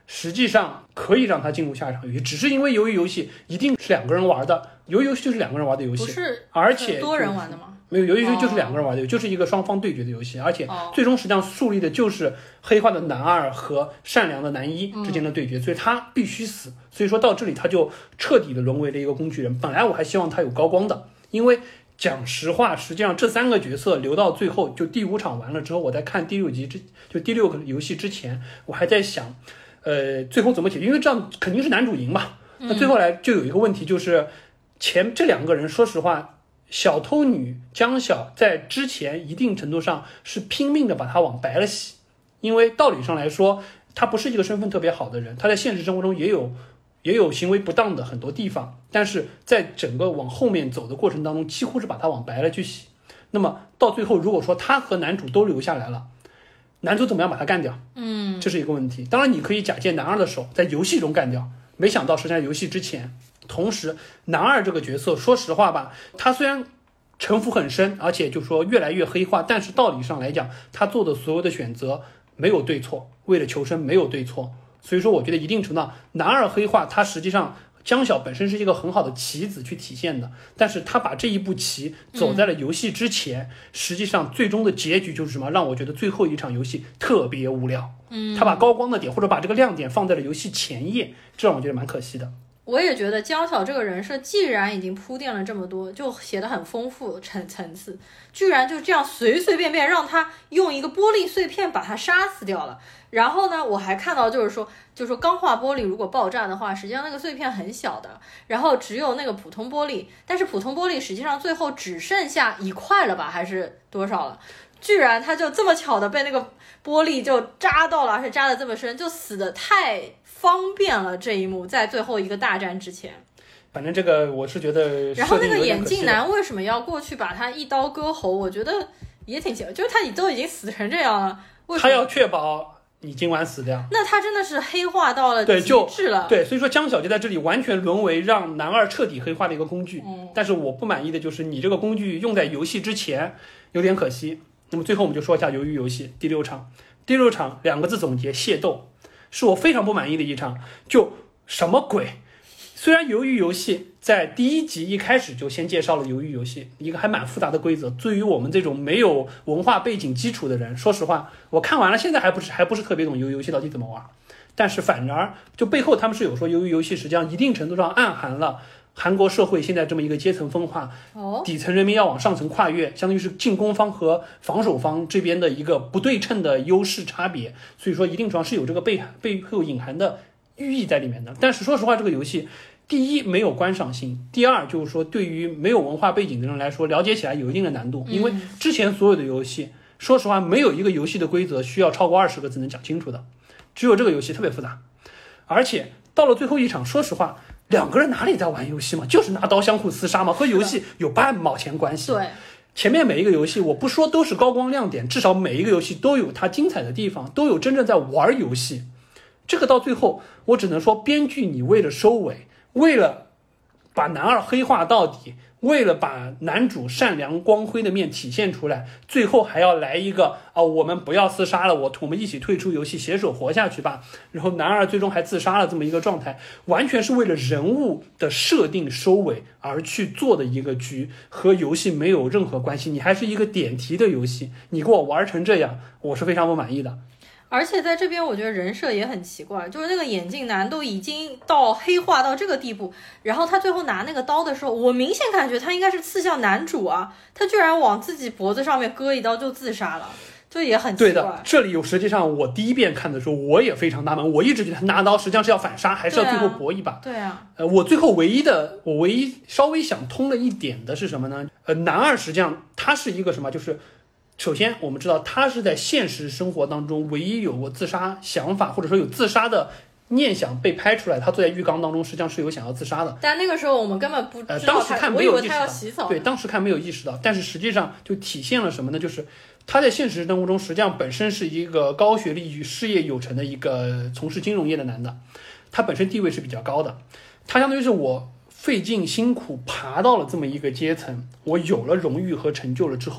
实际上可以让他进入下一场游戏，只是因为鱿鱼游戏一定是2个人玩的，鱿鱼游戏就是2个人玩的游戏， 不是， 而且多人玩的吗？ 没有，鱿鱼游戏就是2个人玩的，就是一个双方对决的游戏，而且最终实际上树立的就是黑化的男二和善良的男一之间的对决，所以他必须死。所以说到这里他就彻底的沦为了一个工具人。本来我还希望他有高光的，因为讲实话，实际上这3个角色留到最后，就第5场完了之后，我在看第6集就第6个游戏之前，我还在想，最后怎么解决？因为这样肯定是男主赢嘛。那最后来就有一个问题，就是前这2个人，说实话，小偷女江晓在之前一定程度上是拼命的把他往白了洗，因为道理上来说，他不是一个身份特别好的人，他在现实生活中也有行为不当的很多地方，但是在整个往后面走的过程当中，几乎是把他往白了去洗。那么到最后，如果说他和男主都留下来了，男主怎么样把他干掉？这是一个问题。当然，你可以假借男二的手在游戏中干掉，没想到实际上游戏之前，同时男二这个角色，说实话吧，他虽然城府很深，而且就说越来越黑化，但是道理上来讲，他做的所有的选择没有对错，为了求生没有对错。所以说我觉得一定程度上男二黑化，他实际上江晓本身是一个很好的棋子去体现的，但是他把这一步棋走在了游戏之前，实际上最终的结局就是什么？让我觉得最后一场游戏特别无聊。他把高光的点或者把这个亮点放在了游戏前夜，这让我觉得蛮可惜的。 我也觉得江晓这个人设既然已经铺垫了这么多，就写得很丰富层次，居然就这样随随便便让他用一个玻璃碎片把他杀死掉了。然后呢，我还看到就是说钢化玻璃如果爆炸的话，实际上那个碎片很小的，然后只有那个普通玻璃，但是普通玻璃实际上最后只剩下1块了吧，还是多少了？居然他就这么巧的被那个玻璃就扎到了，而且扎得这么深，就死得太方便了。这一幕在最后一个大战之前， 反正这个我是觉得， 然后那个眼镜男为什么要过去把他一刀割喉？我觉得也挺奇怪，就是他都已经死成这样了， 他要确保你今晚死掉， 那他真的是黑化到了极致了。 对，所以说江晓就在这里完全沦为让男二彻底黑化的一个工具。但是我不满意的就是你这个工具用在游戏之前有点可惜。那么最后我们就说一下鱿鱼游戏第6场2个字总结：械斗，是我非常不满意的一场。就什么鬼？虽然鱿鱼游戏在第1集一开始就先介绍了鱿鱼游戏一个还蛮复杂的规则，对于我们这种没有文化背景基础的人，说实话，我看完了现在还不是特别懂鱿鱼游戏到底怎么玩。但是反而就背后他们是有说，鱿鱼游戏实际上一定程度上暗含了韩国社会现在这么一个阶层分化，底层人民要往上层跨越，相当于是进攻方和防守方这边的一个不对称的优势差别，所以说一定程度上是有这个背后隐含的寓意在里面的。但是说实话，这个游戏第一没有观赏性，第二就是说对于没有文化背景的人来说，了解起来有一定的难度，因为之前所有的游戏，说实话没有一个游戏的规则需要超过20个字能讲清楚的，只有这个游戏特别复杂。而且到了最后一场，说实话2个人哪里在玩游戏嘛，就是拿刀相互厮杀嘛，和游戏有半毛钱关系。 对， 前面每一个游戏我不说都是高光亮点，至少每一个游戏都有它精彩的地方，都有真正在玩游戏。这个到最后我只能说，编剧你为了收尾，为了把男二黑化到底，为了把男主善良光辉的面体现出来，最后还要来一个我们不要厮杀了，我们一起退出游戏，携手活下去吧。然后男二最终还自杀了，这么一个状态，完全是为了人物的设定收尾而去做的一个局，和游戏没有任何关系。你还是一个点题的游戏，你给我玩成这样，我是非常不满意的。 而且在这边我觉得人设也很奇怪，就是那个眼镜男都已经到黑化到这个地步，然后他最后拿那个刀的时候，我明显感觉他应该是刺向男主啊，他居然往自己脖子上面割一刀就自杀了，就也很奇怪。 对的，这里有实际上我第一遍看的时候我也非常纳闷，我一直觉得他拿刀实际上是要反杀，还是要最后搏一把。 对啊， 我最后唯一稍微想通了一点的是什么呢？男二实际上他是一个什么，就是首先我们知道他是在现实生活当中唯一有过自杀想法或者说有自杀的念想被拍出来，他坐在浴缸当中实际上是有想要自杀的， 但那个时候我们根本不知道当时看没有意识到， 我以为他要洗澡。 对，当时看没有意识到，但是实际上就体现了什么呢？就是他在现实生活中实际上本身是一个高学历与事业有成的一个从事金融业的男的，他本身地位是比较高的，他相当于是我费尽辛苦爬到了这么一个阶层，我有了荣誉和成就了之后，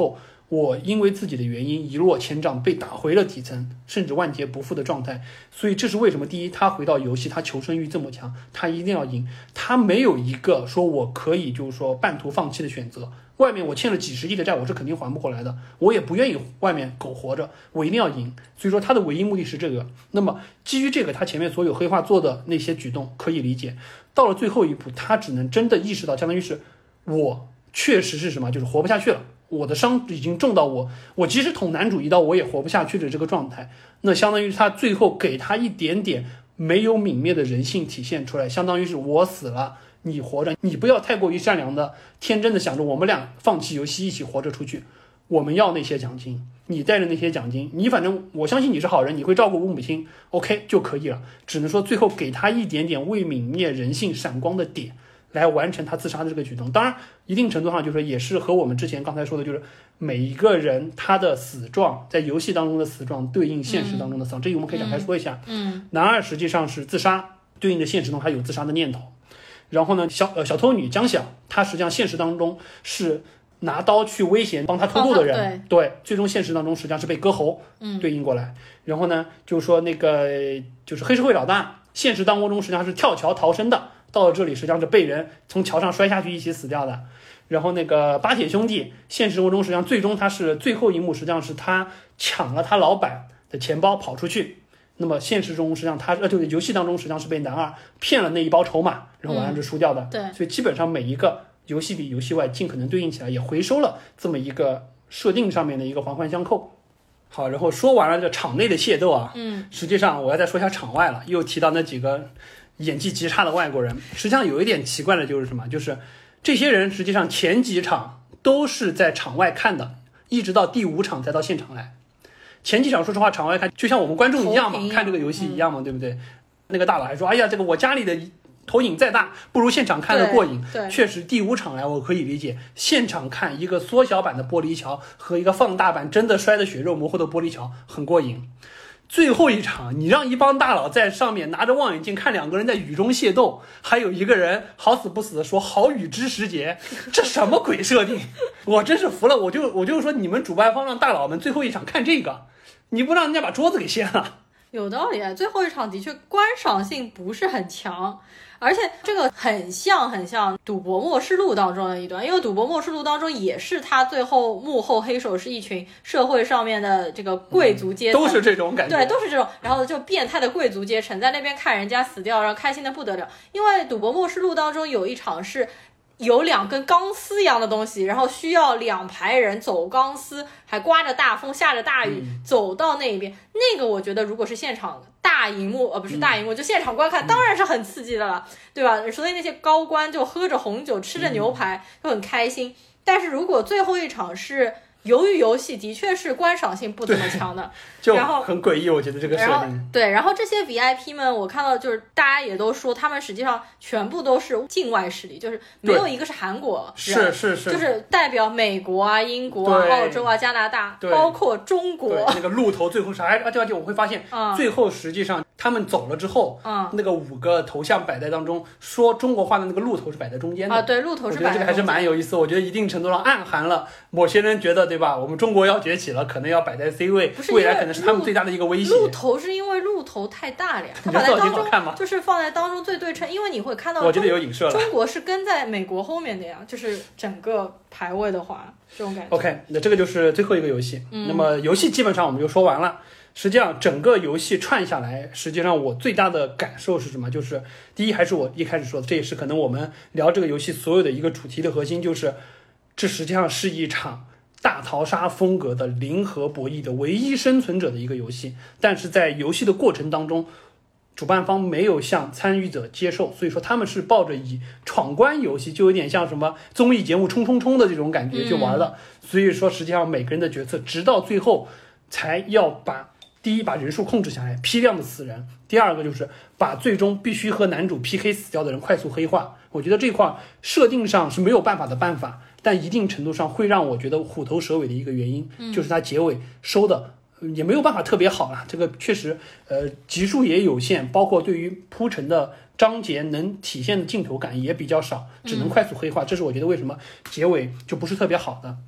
我因为自己的原因一落千丈，被打回了底层，甚至万劫不复的状态。所以这是为什么第一，他回到游戏，他求生欲这么强，他一定要赢，他没有一个说我可以就是说半途放弃的选择。外面我欠了几十亿的债，我是肯定还不回来的，我也不愿意外面苟活着，我一定要赢。所以说他的唯一目的是这个。那么基于这个，他前面所有黑化做的那些举动可以理解，到了最后一步，他只能真的意识到，相当于是我确实是什么，就是活不下去了，我的伤已经重到我即使捅男主一刀我也活不下去的这个状态。那相当于他最后给他一点点没有泯灭的人性体现出来，相当于是我死了你活着，你不要太过于善良的天真的想着我们俩放弃游戏一起活着出去，我们要那些奖金，你带着那些奖金，你反正我相信你是好人，你会照顾母亲 OK 就可以了。只能说最后给他一点点未泯灭人性闪光的点，来完成他自杀的这个举动。当然一定程度上就是说也是和我们之前刚才说的，就是每一个人他的死状在游戏当中的死状对应现实当中的死状，这个我们可以展开说一下。男二实际上是自杀，对应的现实中他有自杀的念头。然后呢，小偷女江晓，她实际上现实当中是拿刀去威胁帮她偷渡的人，对，最终现实当中实际上是被割喉，对应过来。然后呢，就是说那个就是黑社会老大，现实当中实际上是跳桥逃生的，到了这里实际上是被人从桥上摔下去一起死掉的。然后那个巴铁兄弟，现实生活中实际上最终他是最后一幕，实际上是他抢了他老板的钱包跑出去。那么现实中实际上他就是游戏当中实际上是被男二骗了那一包筹码，然后完了就输掉的。 对， 所以基本上每一个游戏里游戏外尽可能对应起来，也回收了这么一个设定上面的一个环环相扣。好，然后说完了这场内的械斗啊，实际上我要再说一下场外了，又提到那几个演技极差的外国人。实际上有一点奇怪的就是什么，就是这些人实际上前几场都是在场外看的，一直到第5场才到现场来。前几场说实话场外看就像我们观众一样嘛，看这个游戏一样嘛，对不对？那个大佬还说，哎呀，这个我家里的投影再大不如现场看的过瘾。 对， 确实第5场来我可以理解，现场看一个缩小版的玻璃桥和一个放大版真的摔得血肉模糊的玻璃桥很过瘾。最后一场你让一帮大佬在上面拿着望远镜看2个人在雨中械斗，还有一个人好死不死的说好雨知时节，这什么鬼设定？我真是服了。我就说你们主办方让大佬们最后一场看这个，你不让人家把桌子给掀了。 有道理，最后一场的确观赏性不是很强，而且这个很像《赌博默示录》当中的一段，因为《赌博默示录》当中也是他最后幕后黑手是一群社会上面的这个贵族阶层， 都是这种感觉， 对，都是这种，然后就变态的贵族阶层在那边看人家死掉，然后开心的不得了。因为《赌博默示录》当中有一场是有2根钢丝一样的东西，然后需要2排人走钢丝，还刮着大风下着大雨，走到那边。那个我觉得如果是现场大荧幕不是大荧幕，就现场观看当然是很刺激的了，对吧？所以那些高官就喝着红酒吃着牛排就很开心。但是如果最后一场是由于游戏的确是观赏性不怎么强的， 就很诡异，我觉得这个设定。 对，然后这些 VIP 们，我看到就是大家也都说，他们实际上全部都是境外势力，就是没有一个是韩国人， 是， 就是代表美国啊、英国啊、澳洲啊、加拿大，包括中国。 对，那个鹿头最后是而且我会发现，最后实际上他们走了之后，那个5个头像摆在当中，说中国话的那个鹿头是摆在中间的啊，对，鹿头是摆在中间。 我觉得这个还是蛮有意思，我觉得一定程度上暗含了某些人觉得，对吧？我们中国要崛起了，可能要摆在 C 位，未来可能是他们最大的一个威胁。 鹿头是因为鹿头太大了呀，它摆在当中就是放在当中最对称，因为你会看到， 我觉得有影射了。 中国是跟在美国后面的呀，就是整个排位的话，这种感觉。 OK， 那这个就是最后一个游戏。那么游戏基本上我们就说完了。实际上整个游戏串下来，实际上我最大的感受是什么？就是第一，还是我一开始说的，这也是可能我们聊这个游戏所有的一个主题的核心，就是这实际上是一场大逃杀风格的零和博弈的唯一生存者的一个游戏。但是在游戏的过程当中，主办方没有向参与者接受，所以说他们是抱着以闯关游戏，就有点像什么综艺节目冲冲冲的这种感觉去玩的。所以说实际上每个人的决策直到最后才要第一把人数控制下来，批量的死人；第二个就是把最终必须和男主 PK 死掉的人快速黑化。我觉得这块设定上是没有办法的办法，但一定程度上会让我觉得虎头蛇尾的一个原因，就是它结尾收的也没有办法特别好了。这个确实集数也有限，包括对于铺陈的章节能体现的镜头感也比较少，只能快速黑化，这是我觉得为什么结尾就不是特别好的。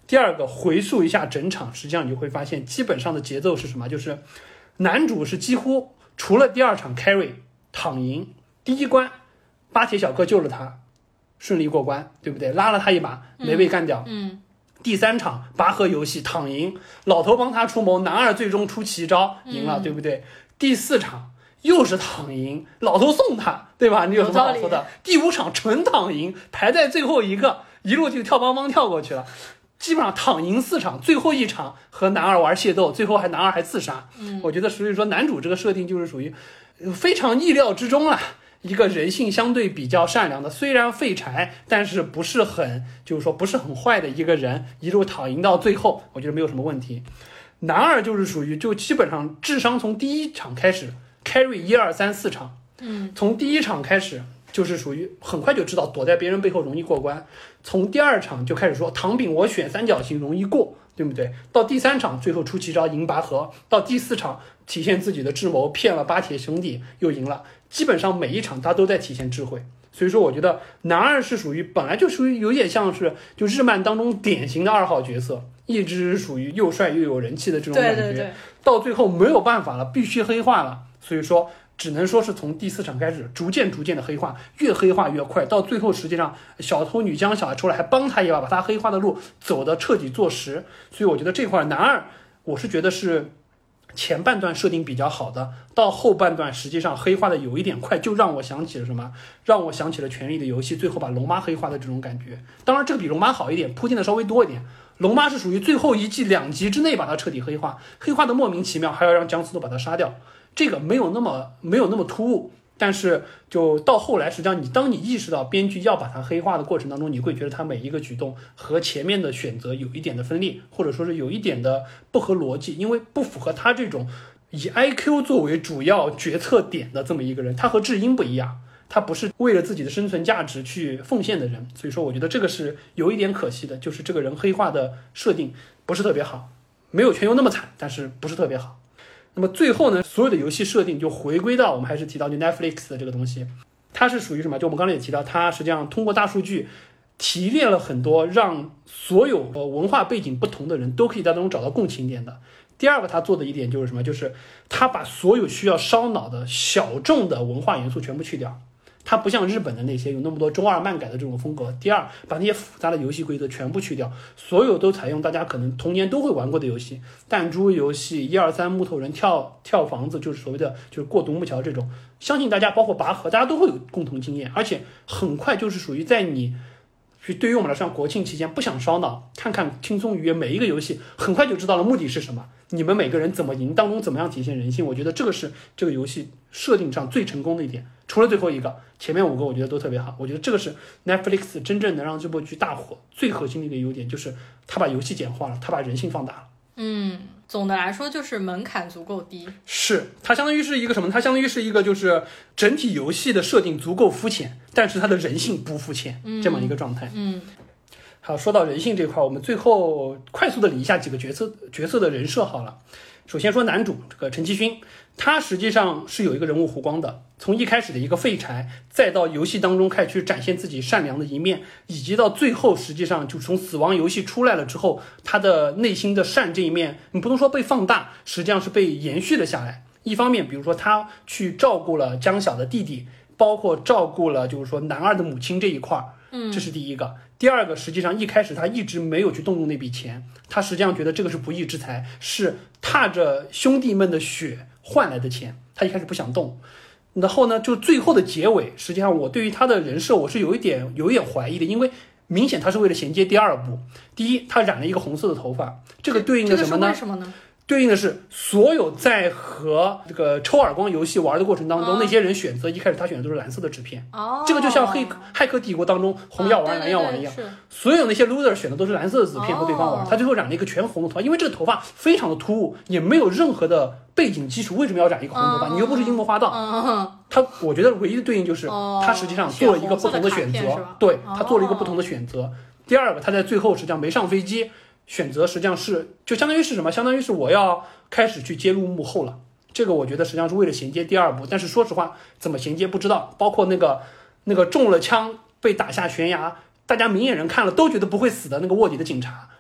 第二个，回溯一下整场，实际上你就会发现，基本上的节奏是什么？就是男主是几乎除了第二场 carry 躺赢，第一关巴铁小哥救了他，顺利过关，对不对？拉了他一把，没被干掉。第三场拔河游戏躺赢，老头帮他出谋，男二最终出奇招赢了，对不对？第四场又是躺赢，老头送他，对吧？你有什么好说的？第五场纯躺赢，排在最后一个，一路就跳邦邦跳过去了。基本上躺赢4场，最后一场和男二玩械斗，最后男二还自杀。我觉得所以说男主这个设定就是属于非常意料之中了。一个人性相对比较善良的，虽然废柴，但是不是很坏的一个人，一路躺赢到最后，我觉得没有什么问题。男二就是属于就基本上智商从第一场开始 carry 1、2、3、4场，从第一场开始就是属于很快就知道躲在别人背后容易过关，从第二场就开始说糖饼我选三角形容易过，对不对？到第三场最后出奇招赢拔河，到第4场体现自己的智谋，骗了巴铁兄弟又赢了。基本上每一场他都在体现智慧，所以说我觉得男二是属于本来就属于有点像是就日漫当中典型的2号角色，一直属于又帅又有人气的这种感觉， 对， 到最后没有办法了，必须黑化了，所以说只能说是从第4场开始逐渐的黑化，越黑化越快，到最后实际上小偷女江小出来还帮他一把，把他黑化的路走得彻底坐实。所以我觉得这块男二我是觉得是前半段设定比较好的，到后半段实际上黑化的有一点快，就让我想起了什么？让我想起了《权力的游戏》最后把龙妈黑化的这种感觉。当然这个比龙妈好一点，铺垫的稍微多一点。龙妈是属于最后一季2集之内把它彻底黑化，黑化的莫名其妙，还要让姜思都把它杀掉，这个没有那么突兀。但是就到后来，实际上当你意识到编剧要把它黑化的过程当中，你会觉得他每一个举动和前面的选择有一点的分裂，或者说是有一点的不合逻辑，因为不符合他这种以 IQ 作为主要决策点的这么一个人。他和智英不一样，他不是为了自己的生存价值去奉献的人，所以说我觉得这个是有一点可惜的，就是这个人黑化的设定不是特别好，没有全游那么惨，但是不是特别好。那么最后呢，所有的游戏设定就回归到我们还是提到就 Netflix 的这个东西，它是属于什么？就我们刚才也提到，它实际上通过大数据提炼了很多让所有文化背景不同的人都可以在当中找到共情点的。第二个他做的一点就是什么？就是他把所有需要烧脑的小众的文化元素全部去掉。它不像日本的那些有那么多中二漫改的这种风格。第二，把那些复杂的游戏规则全部去掉，所有都采用大家可能童年都会玩过的游戏，弹珠游戏、1、2、3木头人跳房子，就是所谓的就是过独木桥这种，相信大家包括拔河，大家都会有共同经验，而且很快就是属于在你。对于我们来说，国庆期间不想烧脑，看看轻松愉悦，每一个游戏很快就知道了目的是什么，你们每个人怎么赢，当中怎么样体现人性，我觉得这个是这个游戏设定上最成功的一点。除了最后一个，前面5个我觉得都特别好，我觉得这个是 Netflix 真正能让这部剧大火最核心的一个优点，就是它把游戏简化了，它把人性放大了。 总的来说就是门槛足够低， 是它相当于是一个什么？它相当于是一个就是整体游戏的设定足够肤浅，但是它的人性不肤浅，这么一个状态。好，说到人性这块，我们最后快速的理一下几个角色的人设好了。首先说男主这个陈其勋，他实际上是有一个人物弧光的，从一开始的一个废柴，再到游戏当中开始去展现自己善良的一面，以及到最后实际上就从死亡游戏出来了之后，他的内心的善这一面，你不能说被放大，实际上是被延续了下来。一方面比如说他去照顾了江小的弟弟，包括照顾了就是说男二的母亲这一块，这是第一个。第二个，实际上一开始他一直没有去动用那笔钱，他实际上觉得这个是不义之财，是踏着兄弟们的血换来的钱，他一开始不想动。然后呢，就最后的结尾，实际上我对于他的人设我是有一点怀疑的，因为明显他是为了衔接第2部。第一，他染了一个红色的头发，这个对应的什么呢？ 这个是为什么呢？ 对应的是所有在和这个抽耳光游戏玩的过程当中，那些人选择一开始他选的都是蓝色的纸片，这个就像骇客帝国当中红药丸蓝药丸一样，所有那些 loser 选的都是蓝色的纸片和对方玩，他最后染了一个全红的头发，因为这个头发非常的突兀，也没有任何的背景基础，为什么要染一个红头发？你又不是樱木花道。我觉得唯一的对应就是他实际上做了一个不同的选择，对，他做了一个不同的选择。第二个，他在最后实际上没上飞机。选择实际上是就相当于是什么？相当于是我要开始去揭露幕后了。这个我觉得实际上是为了衔接第2部，但是说实话怎么衔接不知道。包括那个中了枪被打下悬崖，大家明眼人看了都觉得不会死的那个卧底的警察，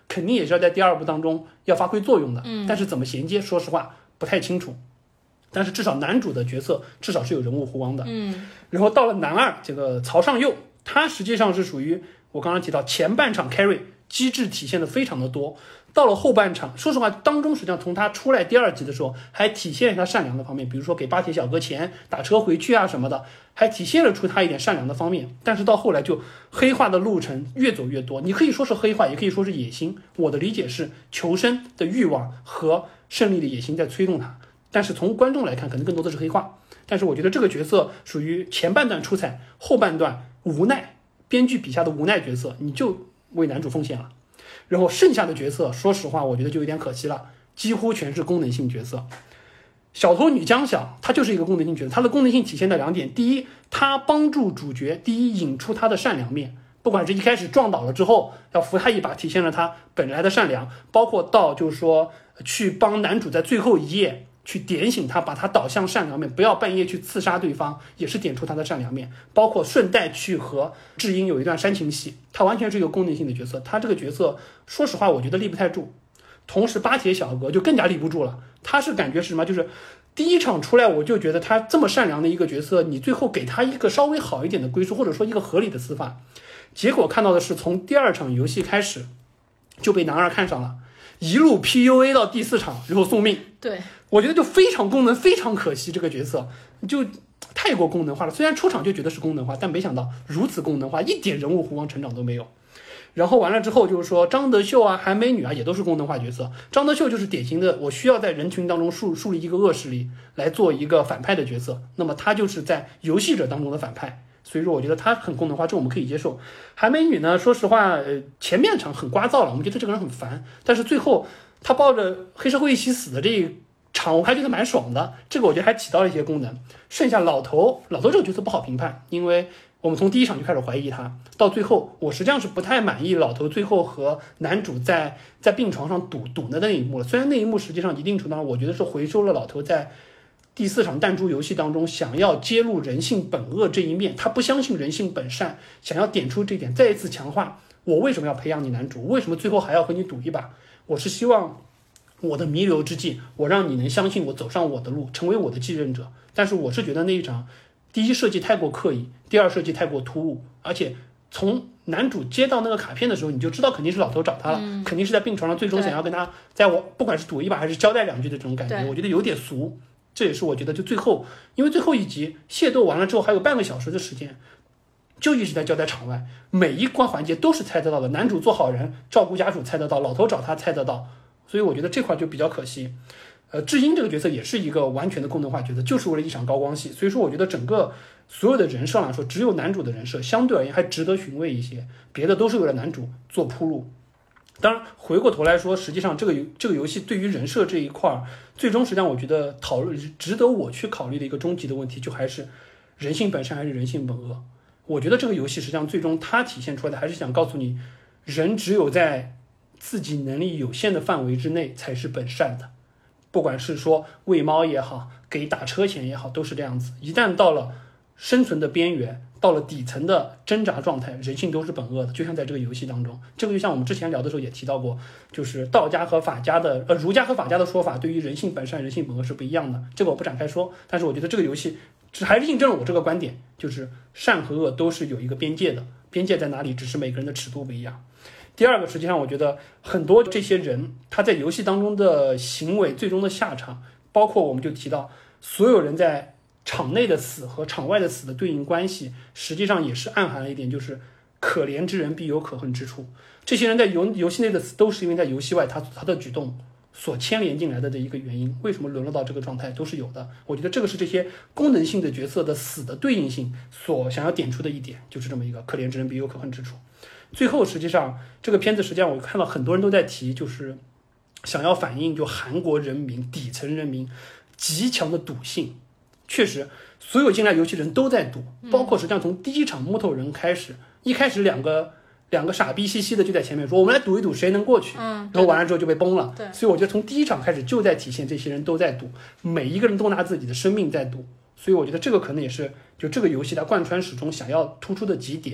肯定也是要在第二部当中要发挥作用的。但是怎么衔接，说实话不太清楚。但是至少男主的角色至少是有人物弧光的。然后到了男二这个曹尚佑，他实际上是属于我刚刚提到前半场 carry 机制体现的非常的多，到了后半场，说实话当中实际上从他出来第2集的时候还体现了他善良的方面，比如说给巴铁小哥钱打车回去啊什么的，还体现了出他一点善良的方面。但是到后来就黑化的路程越走越多，你可以说是黑化，也可以说是野心。我的理解是求生的欲望和胜利的野心在催动他，但是从观众来看可能更多的是黑化。但是我觉得这个角色属于前半段出彩，后半段无奈，编剧笔下的无奈角色，你就为男主奉献了。然后剩下的角色说实话我觉得就有点可惜了，几乎全是功能性角色。小偷女江晓她就是一个功能性角色，她的功能性体现在2点。第一，她帮助主角引出她的善良面，不管是一开始撞倒了之后要扶他一把，体现了他本来的善良，包括到就是说去帮男主在最后一页去点醒他，把他导向善良面，不要半夜去刺杀对方，也是点出他的善良面。包括顺带去和智英有一段煽情戏，他完全是一个功能性的角色。他这个角色说实话我觉得立不太住，同时巴铁小哥就更加立不住了。他是感觉是什么，就是第一场出来我就觉得他这么善良的一个角色，你最后给他一个稍微好一点的归宿，或者说一个合理的死法，结果看到的是从第2场游戏开始就被男二看上了，一路 PUA 到第4场，然后送命。 对， 我觉得就非常功能，非常可惜这个角色就太过功能化了。虽然出场就觉得是功能化，但没想到如此功能化，一点人物弧光成长都没有。然后完了之后就是说张德秀啊、韩美女啊也都是功能化角色。张德秀就是典型的我需要在人群当中树立一个恶势力来做一个反派的角色，那么他就是在游戏者当中的反派，所以说我觉得他很功能化，这我们可以接受。韩美女呢，说实话前面场很聒噪了，我们觉得这个人很烦，但是最后他抱着黑社会一起死的这一场我还觉得蛮爽的，这个我觉得还起到了一些功能。剩下老头这个角色不好评判，因为我们从第1场就开始怀疑他，到最后我实际上是不太满意老头最后和男主在病床上赌的那一幕了。虽然那一幕实际上一定程度上我觉得是回收了老头在第4场弹珠游戏当中想要揭露人性本恶这一面，他不相信人性本善，想要点出这一点，再一次强化我为什么要培养你男主，为什么最后还要和你赌一把，我是希望我的弥留之际我让你能相信我，走上我的路，成为我的继任者。但是我是觉得那一场第一设计太过刻意，第二设计太过突兀，而且从男主接到那个卡片的时候你就知道肯定是老头找他了，肯定是在病床上最终想要跟他在我不管是赌一把还是交代2句的这种感觉，我觉得有点俗。这也是我觉得就最后因为最后一集械斗完了之后还有半个小时的时间，就一直在交代场外每一关环节都是猜得到的，男主做好人照顾家属猜得到，老头找他猜得到，所以我觉得这块就比较可惜。智英这个角色也是一个完全的功能化角色，就是为了一场高光戏，所以说我觉得整个所有的人设来说，只有男主的人设相对而言还值得寻味一些，别的都是为了男主做铺路。当然回过头来说，实际上这个游戏对于人设这一块最终实际上我觉得值得我去考虑的一个终极的问题，就还是人性本善还是人性本恶。我觉得这个游戏实际上最终它体现出来的还是想告诉你，人只有在自己能力有限的范围之内才是本善的，不管是说喂猫也好，给打车钱也好，都是这样子。一旦到了生存的边缘，到了底层的挣扎状态，人性都是本恶的。就像在这个游戏当中，这个就像我们之前聊的时候也提到过，就是道家和法家的儒家和法家的说法对于人性本善人性本恶是不一样的，这个我不展开说。但是我觉得这个游戏还是印证了我这个观点，就是善和恶都是有一个边界的，边界在哪里只是每个人的尺度不一样。第二个，实际上我觉得很多这些人他在游戏当中的行为最终的下场，包括我们就提到所有人在场内的死和场外的死的对应关系，实际上也是暗含了一点，就是可怜之人必有可恨之处。这些人在游戏内的死都是因为在游戏外他的举动所牵连进来的一个原因，为什么沦落到这个状态都是有的。我觉得这个是这些功能性的角色的死的对应性所想要点出的一点，就是这么一个可怜之人必有可恨之处。最后实际上这个片子实际上我看到很多人都在提，就是想要反映就韩国人民底层人民极强的赌性。确实所有进来游戏人都在赌，包括实际上从第一场木头人开始，一开始两个傻逼兮兮的就在前面说我们来赌一赌谁能过去，然后完了之后就被崩了。所以我觉得从第一场开始就在体现这些人都在赌，每一个人都拿自己的生命在赌。所以我觉得这个可能也是就这个游戏它贯穿始终想要突出的几点。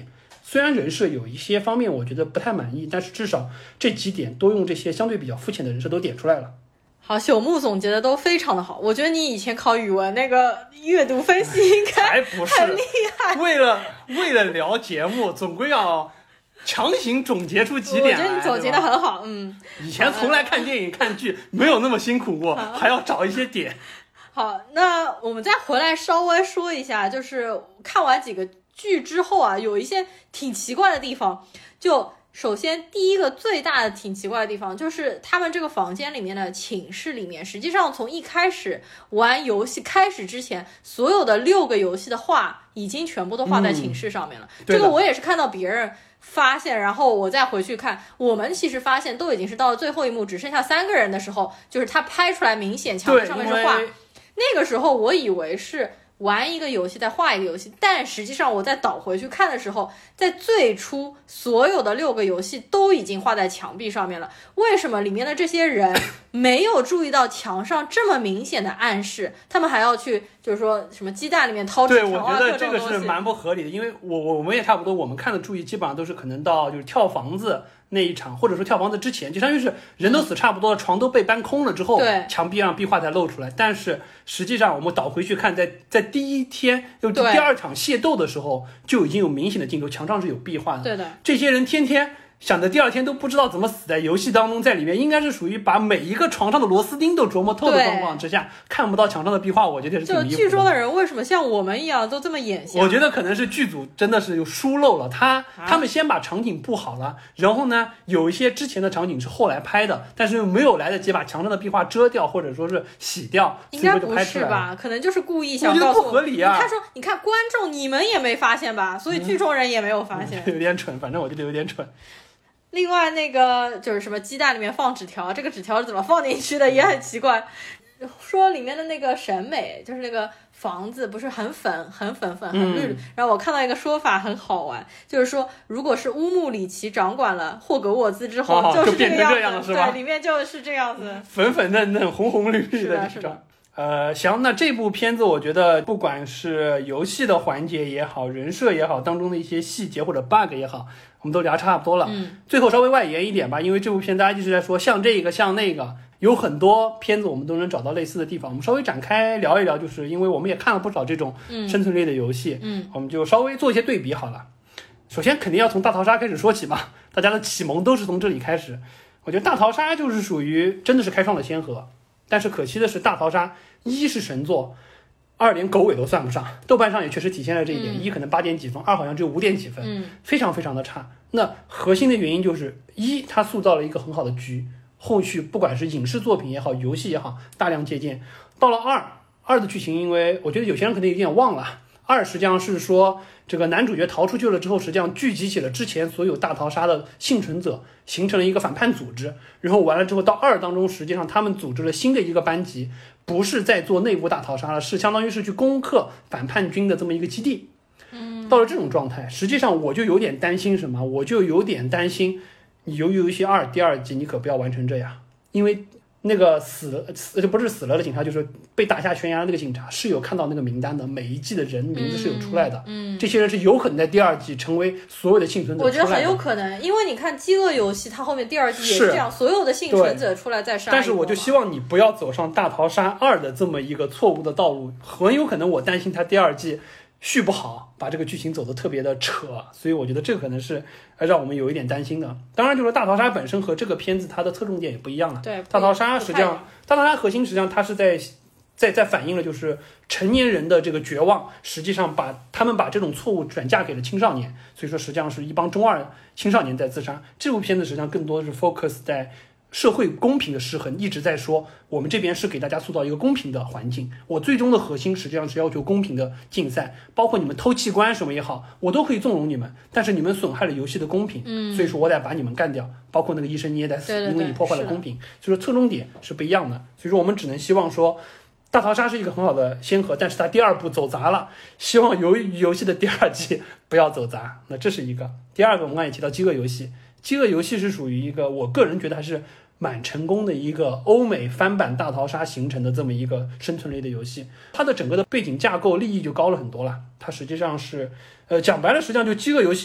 虽然人设有一些方面我觉得不太满意，但是至少这几点都用这些相对比较肤浅的人设都点出来了。 好，朽木总结的都非常的好，我觉得你以前考语文那个阅读分析应该很厉害。 为了聊节目，总归要强行总结出几点来。 我觉得你总结的很好， 以前从来看电影看剧没有那么辛苦过，还要找一些点。 好，那我们再回来稍微说一下，就是看完几个剧之后啊，有一些挺奇怪的地方。就首先第一个最大的挺奇怪的地方，就是他们这个房间里面的寝室里面，实际上从一开始玩游戏开始之前，所有的6个游戏的画已经全部都画在寝室上面了。这个我也是看到别人发现，然后我再回去看，我们其实发现都已经是到了最后一幕只剩下3个人的时候，就是他拍出来明显墙壁上面是画。那个时候我以为是玩一个游戏再画一个游戏，但实际上我再倒回去看的时候，在最初所有的6个游戏都已经画在墙壁上面了。为什么里面的这些人没有注意到墙上这么明显的暗示，他们还要去就是说什么鸡蛋里面掏纸条啊？ 对，我觉得这个是蛮不合理的，因为我们也差不多，我们看的注意基本上都是可能到就是跳房子那一场，或者说跳房子之前，就相当于是人都死差不多了，床都被搬空了之后，墙壁上壁画才露出来。但是实际上我们倒回去看，在第一天就第2场械斗的时候，就已经有明显的镜头，墙上是有壁画的。 对的， 这些人天天想着第2天都不知道怎么死在游戏当中，在里面应该是属于把每一个床上的螺丝钉都琢磨透的状况之下，看不到墙上的壁画，我觉得是挺离谱的。 就剧中的人为什么像我们一样都这么眼瞎？ 我觉得可能是剧组真的是有疏漏了，他们先把场景布好了，然后呢，有一些之前的场景是后来拍的，但是又没有来得及把墙上的壁画遮掉，或者说是洗掉， 应该不是吧？可能就是故意想告诉我觉得不合理啊。 他说：“你看观众，你们也没发现吧？所以剧中人也没有发现， 有点蠢，反正我觉得有点蠢。” 另外那个就是什么鸡蛋里面放纸条，这个纸条是怎么放进去的也很奇怪。说里面的那个审美，就是那个房子不是很粉很绿，然后我看到一个说法很好玩，就是说如果是乌木里奇掌管了霍格沃兹之后， 就是这个样子，样子是吧？ 对，里面就是这样子， 粉粉嫩嫩、红红绿绿的这种。行，那这部片子我觉得不管是游戏的环节也好，人设也好，当中的一些细节或者 bug 也好，我们都聊差不多了。最后稍微外延一点吧，因为这部片大家一直在说像这个像那个，有很多片子我们都能找到类似的地方，我们稍微展开聊一聊，就是因为我们也看了不少这种生存类的游戏，我们就稍微做一些对比好了。首先肯定要从大逃杀开始说起嘛，大家的启蒙都是从这里开始。我觉得大逃杀就是属于真的是开创了先河。但是可惜的是，大逃杀1是神作，2连狗尾都算不上。豆瓣上也确实体现了这一点，1可能8点几分，2好像只有5点几分，非常非常的差。那核心的原因就是1，它塑造了一个很好的局，后续不管是影视作品也好，游戏也好，大量借鉴。到了2的剧情，因为我觉得有些人可能有点忘了，2实际上是说这个男主角逃出去了之后，实际上聚集起了之前所有大逃杀的幸存者，形成了一个反叛组织。然后完了之后到2当中，实际上他们组织了新的一个班级，不是在做内部大逃杀了，是相当于是去攻克反叛军的这么一个基地。到了这种状态，实际上我就有点担心什么，我就有点担心你鱿鱼游戏2第2季你可不要完成这样，因为那个不是死了的警察，就是被打下悬崖的那个警察是有看到那个名单的，每一季的人名字是有出来的，这些人是有可能在第2季成为所有的幸存者出来的。 我觉得很有可能，因为你看饥饿游戏它后面第2季也是这样，所有的幸存者出来再杀一波。 但是我就希望你不要走上大逃杀2的这么一个错误的道路，很有可能我担心他第2季续不好，把这个剧情走得特别的扯，所以我觉得这个可能是让我们有一点担心的。当然就是大逃杀本身和这个片子它的侧重点也不一样了。 对， 大逃杀实际上，大逃杀核心实际上它是在反映了就是成年人的这个绝望，实际上他们把这种错误转嫁给了青少年，所以说实际上是一帮中二青少年在自杀。这部片子实际上更多的是 focus 在社会公平的失衡，一直在说我们这边是给大家塑造一个公平的环境，我最终的核心实际上是要求公平的竞赛，包括你们偷器官什么也好，我都可以纵容你们，但是你们损害了游戏的公平，所以说我得把你们干掉，包括那个医生你也得死，因为你破坏了公平，所以说侧重点是不一样的。所以说我们只能希望说大逃杀是一个很好的先河，但是它第2部走砸了，希望游戏的第2季不要走砸。那这是一个。第2个我们刚才也提到饥饿游戏，饥饿游戏是属于一个我个人觉得还是蛮成功的一个欧美翻版大逃杀形成的这么一个生存类的游戏，它的整个的背景架构利益就高了很多了。它实际上是讲白了，实际上就饥饿游戏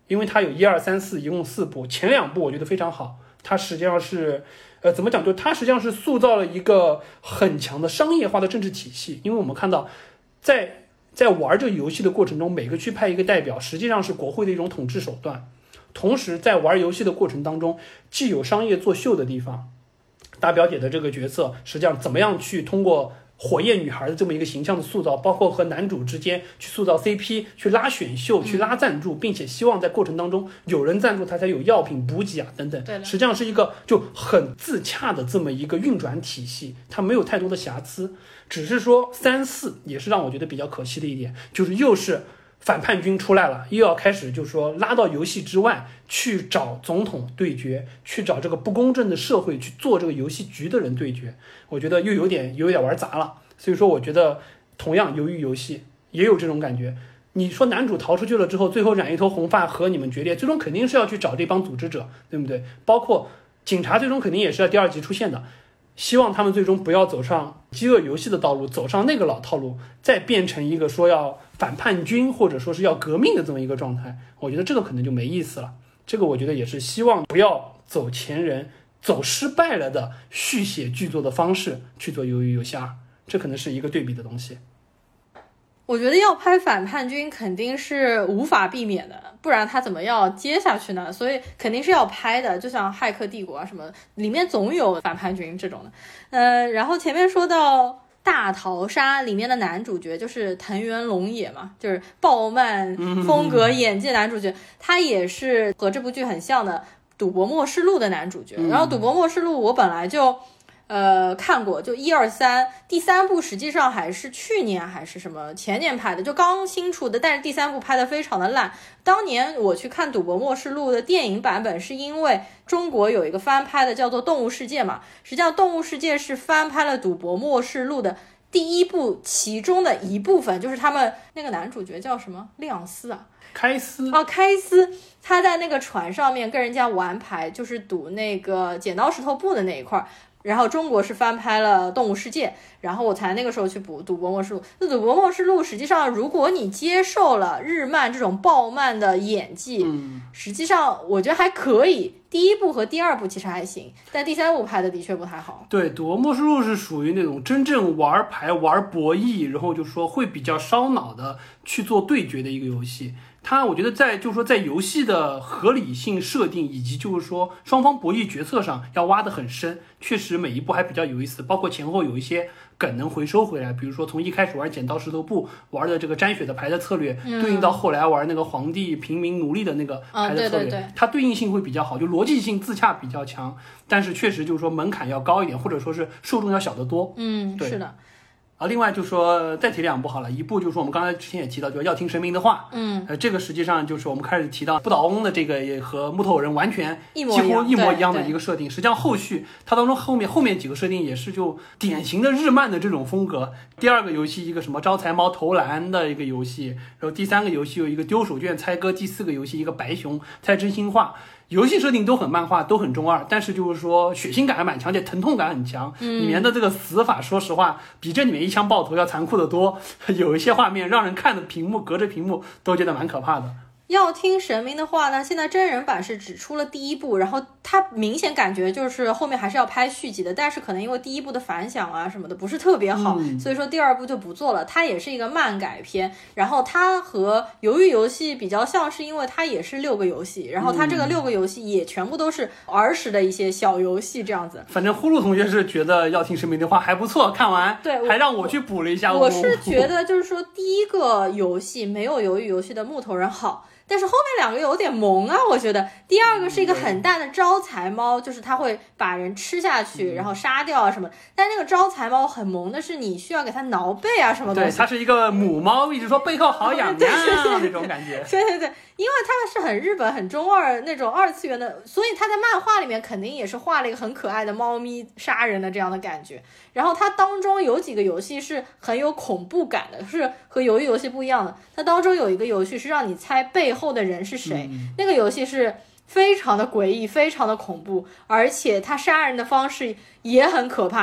因为它有1、2、3、4，一共4部，前2部我觉得非常好，它实际上是怎么讲，就它实际上是塑造了一个很强的商业化的政治体系。因为我们看到在玩这个游戏的过程中，每个区派一个代表，实际上是国会的一种统治手段。同时在玩游戏的过程当中，既有商业作秀的地方，大表姐的这个角色实际上怎么样去通过火焰女孩的这么一个形象的塑造，包括和男主之间去塑造 CP， 去拉选秀，去拉赞助，并且希望在过程当中有人赞助他才有药品补给啊等等，实际上是一个就很自洽的这么一个运转体系，它没有太多的瑕疵。只是说3、4也是让我觉得比较可惜的一点，就是又是反叛军出来了，又要开始就是说拉到游戏之外去找总统对决，去找这个不公正的社会去做这个游戏局的人对决，我觉得又有点玩砸了。所以说我觉得同样鱿鱼游戏也有这种感觉，你说男主逃出去了之后，最后染一头红发和你们决裂，最终肯定是要去找这帮组织者，对不对？包括警察最终肯定也是在第2集出现的，希望他们最终不要走上饥饿游戏的道路，走上那个老套路，再变成一个说要反叛军或者说是要革命的这么一个状态，我觉得这个可能就没意思了。这个我觉得也是希望不要走前人走失败了的续写剧作的方式去做鱿鱼游戏2，这可能是一个对比的东西。 我觉得要拍反叛军肯定是无法避免的，不然他怎么要接下去呢？所以肯定是要拍的，就像骇客帝国啊什么里面总有反叛军这种的。然后前面说到大逃杀里面的男主角就是藤原龙也嘛，就是暴漫风格演技男主角，他也是和这部剧很像的赌博默示录的男主角。然后赌博默示录我本来就看过，就1、2、3，第3部实际上还是去年还是什么前年拍的，就刚新出的，但是第3部拍的非常的烂。当年我去看《赌博默示录》的电影版本，是因为中国有一个翻拍的叫做《动物世界》嘛，实际上《动物世界》是翻拍了《赌博默示录》的第1部其中的一部分，就是他们那个男主角叫什么亮司啊， 开司他在那个船上面跟人家玩牌，就是赌那个剪刀石头布的那一块。然后中国是翻拍了《动物世界》，然后我才那个时候去补《赌博默示录》。那《赌博默示录》实际上，如果你接受了日漫这种暴漫的演技，实际上我觉得还可以。第1部和第2部其实还行，但第3部拍的的确不太好。 对，《赌博默示录》是属于那种真正玩牌、玩博弈，然后就说会比较烧脑的去做对决的一个游戏。我觉得在游戏的合理性设定以及就是说双方博弈决策上要挖得很深，确实每一步还比较有意思，包括前后有一些梗能回收回来，比如说从一开始玩剪刀石头布玩的这个沾血的牌的策略，对应到后来玩那个皇帝平民奴隶的那个牌的策略， 对， 它对应性会比较好，就逻辑性自洽比较强，但是确实就是说门槛要高一点，或者说是受众要小得多。对， 是的。 另外就说再提2部好了，一部就是我们刚才之前也提到，就要听神明的话。这个实际上就是我们开始提到不倒翁的这个也和木头人完全几乎一模一样的一个设定。实际上后续它当中后面几个设定也是就典型的日漫的这种风格。第2个游戏一个什么招财猫投篮的一个游戏，然后第3个游戏有一个丢手绢猜歌，第4个游戏一个白熊猜真心话。游戏设定都很漫画，都很中二，但是就是说血腥感还蛮强，且疼痛感很强。里面的这个死法，说实话，比这里面一枪爆头要残酷得多。有一些画面让人看的隔着屏幕都觉得蛮可怕的。 要听神明的话呢，现在真人版是只出了第1部，然后它明显感觉就是后面还是要拍续集的，但是可能因为第1部的反响啊什么的不是特别好，所以说第2部就不做了。它也是一个漫改片，然后它和鱿鱼游戏比较像，是因为它也是6个游戏，然后它这个6个游戏也全部都是儿时的一些小游戏这样子。 反正呼噜同学是觉得要听神明的话还不错，看完对还让我去补了一下。 我是觉得就是说第1个游戏没有鱿鱼游戏的木头人好，但是后面2个有点萌啊，我觉得。第2个是一个很大的招财猫，就是它会把人吃下去，然后杀掉啊什么。但那个招财猫很萌的是，你需要给它挠背啊什么东西。 对，它是一个母猫，一直说背后好痒呀那种感觉。 对，因为它是很日本、很中二那种2次元的，所以它在漫画里面肯定也是画了一个很可爱的猫咪杀人的这样的感觉。然后它当中有几个游戏是很有恐怖感的，是和鱿鱼游戏不一样的。它当中有一个游戏是让你猜背后的人是谁，那个游戏是非常的诡异，非常的恐怖，而且它杀人的方式也很可怕。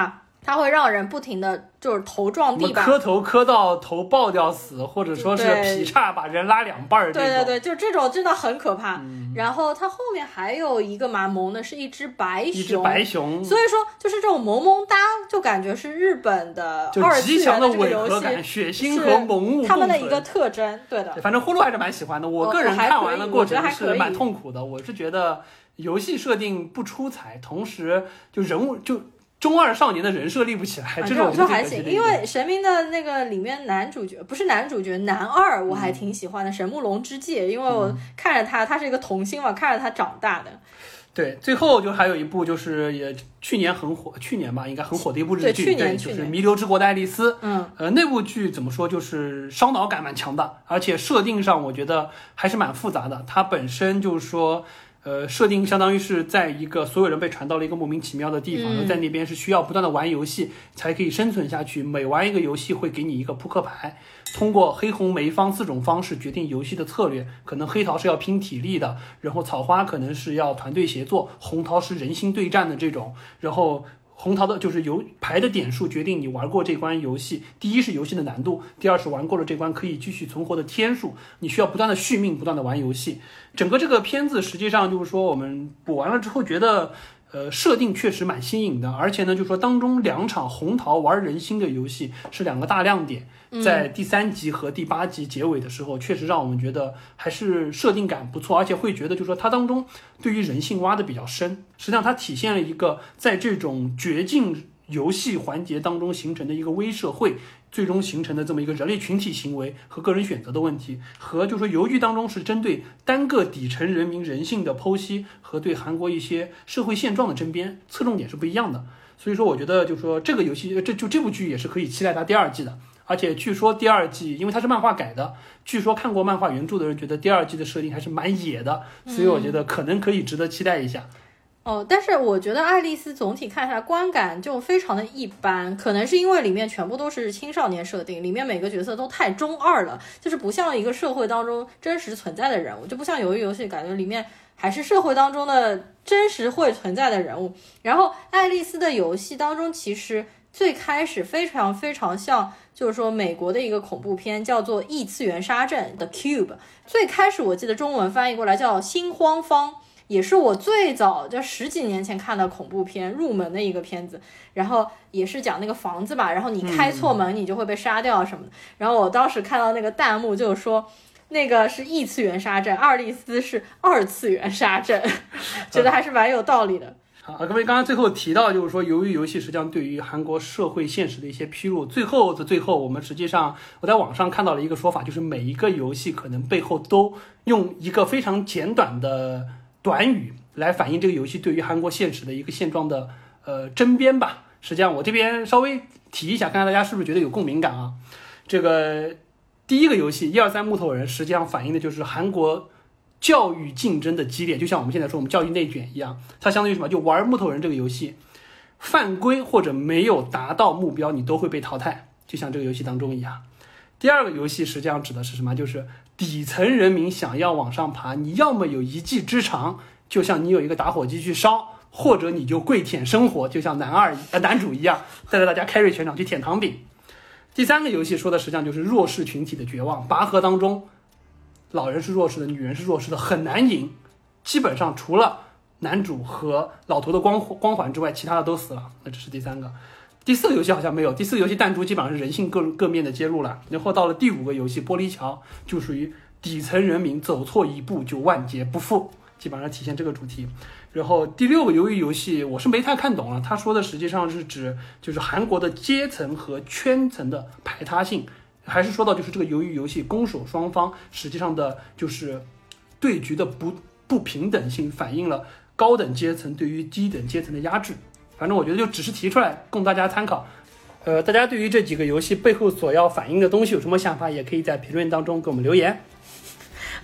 它会让人不停的就是头撞地板， 磕头磕到头爆掉死，或者说是劈叉把人拉两半儿。 对，就这种真的很可怕。然后它后面还有一个蛮萌的，是一只白熊，所以说就是这种萌萌哒，就感觉是日本的二次元的这个游戏， 血腥和萌物他们的一个特征。对的， 反正呼噜还是蛮喜欢的。我个人看完了过程是蛮痛苦的。我是觉得游戏设定不出彩，同时就人物就中二少年的人设立不起来，这种就还行。因为神明的那个里面男主角不是男主角，男二我还挺喜欢的，神木隆之介，因为我看着他是一个童星嘛，看着他长大的。 对，最后就还有一部就是也去年很火，去年吧应该很火的一部日剧，对，就是《弥留之国的爱丽丝》。那部剧怎么说，就是烧脑感蛮强的，而且设定上我觉得还是蛮复杂的。它本身就是说。设定相当于是在一个所有人被传到了一个莫名其妙的地方，在那边是需要不断的玩游戏才可以生存下去。每玩一个游戏会给你一个扑克牌，通过黑红梅方4种方式决定游戏的策略。可能黑桃是要拼体力的，然后草花可能是要团队协作，红桃是人心对战的这种，然后红桃的就是牌的点数决定你玩过这关游戏。第一是游戏的难度，第二是玩过了这关可以继续存活的天数，你需要不断的续命，不断的玩游戏。整个这个片子实际上就是说我们补完了之后觉得设定确实蛮新颖的，而且呢就是说当中2场红桃玩人心的游戏是2个大亮点，在第3集和第8集结尾的时候确实让我们觉得还是设定感不错，而且会觉得就是说它当中对于人性挖的比较深。实际上它体现了一个在这种绝境游戏环节当中形成的一个微社会，最终形成的这么一个人类群体行为和个人选择的问题，和就是说游剧当中是针对单个底层人民人性的剖析和对韩国一些社会现状的争辩，侧重点是不一样的。所以说我觉得就是说这个游戏这部剧也是可以期待它第2季的。而且据说第2季因为它是漫画改的，据说看过漫画原著的人觉得第2季的设定还是蛮野的，所以我觉得可能可以值得期待一下。 但是我觉得爱丽丝总体看下来观感就非常的一般，可能是因为里面全部都是青少年设定，里面每个角色都太中二了，就是不像一个社会当中真实存在的人物，就不像鱿鱼游戏感觉里面还是社会当中的真实会存在的人物。然后爱丽丝的游戏当中其实最开始非常非常像就是说美国的一个恐怖片叫做异次元杀阵 The Cube， 最开始我记得中文翻译过来叫心慌方，也是我最早就10几年前看的恐怖片入门的一个片子，然后也是讲那个房子吧，然后你开错门你就会被杀掉什么的。然后我当时看到那个弹幕就是说那个是异次元杀阵，爱丽丝是2次元杀阵，觉得还是蛮有道理的。 好，各位刚刚最后提到就是说由于游戏实际上对于韩国社会现实的一些披露，最后我们实际上我在网上看到了一个说法，就是每一个游戏可能背后都用一个非常简短的短语来反映这个游戏对于韩国现实的一个现状的争辩吧。实际上我这边稍微提一下，看看大家是不是觉得有共鸣感啊。这个第一个游戏123木头人实际上反映的就是韩国教育竞争的激烈，就像我们现在说我们教育内卷一样，它相当于什么，就玩木头人这个游戏犯规或者没有达到目标你都会被淘汰，就像这个游戏当中一样。第二个游戏实际上指的是什么，就是底层人民想要往上爬，你要么有一技之长，就像你有一个打火机去烧，或者你就跪舔生活，就像男主一样带着大家carry全场去舔糖饼。第三个游戏说的实际上就是弱势群体的绝望，拔河当中老人是弱势的，女人是弱势的，很难赢，基本上除了男主和老头的光环之外其他的都死了，那这是第三个。第四个游戏好像没有，第四个游戏弹珠基本上是人性各面的揭露了。然后到了第5个游戏玻璃桥，就属于底层人民走错一步就万劫不复，基本上体现这个主题。然后第6个鱿鱼游戏我是没太看懂了，他说的实际上是指就是韩国的阶层和圈层的排他性，还是说到就是这个鱿鱼游戏攻守双方实际上的就是对局的不平等性，反映了高等阶层对于低等阶层的压制。反正我觉得就只是提出来供大家参考。大家对于这几个游戏背后所要反映的东西有什么想法，也可以在评论当中给我们留言。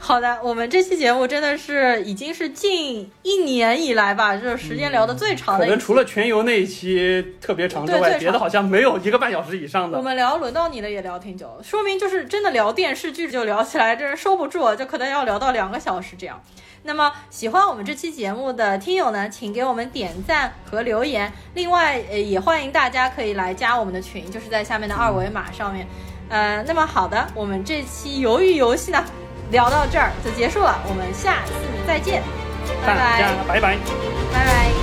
好的，我们这期节目真的是已经是近1年以来吧，就是时间聊的最长的一期， 可能除了全游那一期特别长之外，别的好像没有1个半小时以上的。 我们聊轮到你了也聊挺久，说明就是真的聊电视剧就聊起来真是收不住，就可能要聊到2个小时这样。那么喜欢我们这期节目的听友呢，请给我们点赞和留言，另外也欢迎大家可以来加我们的群，就是在下面的2维码上面。那么好的，我们这期鱿鱼游戏呢聊到这儿就结束了，我们下次再见，拜拜， 拜拜， 拜拜。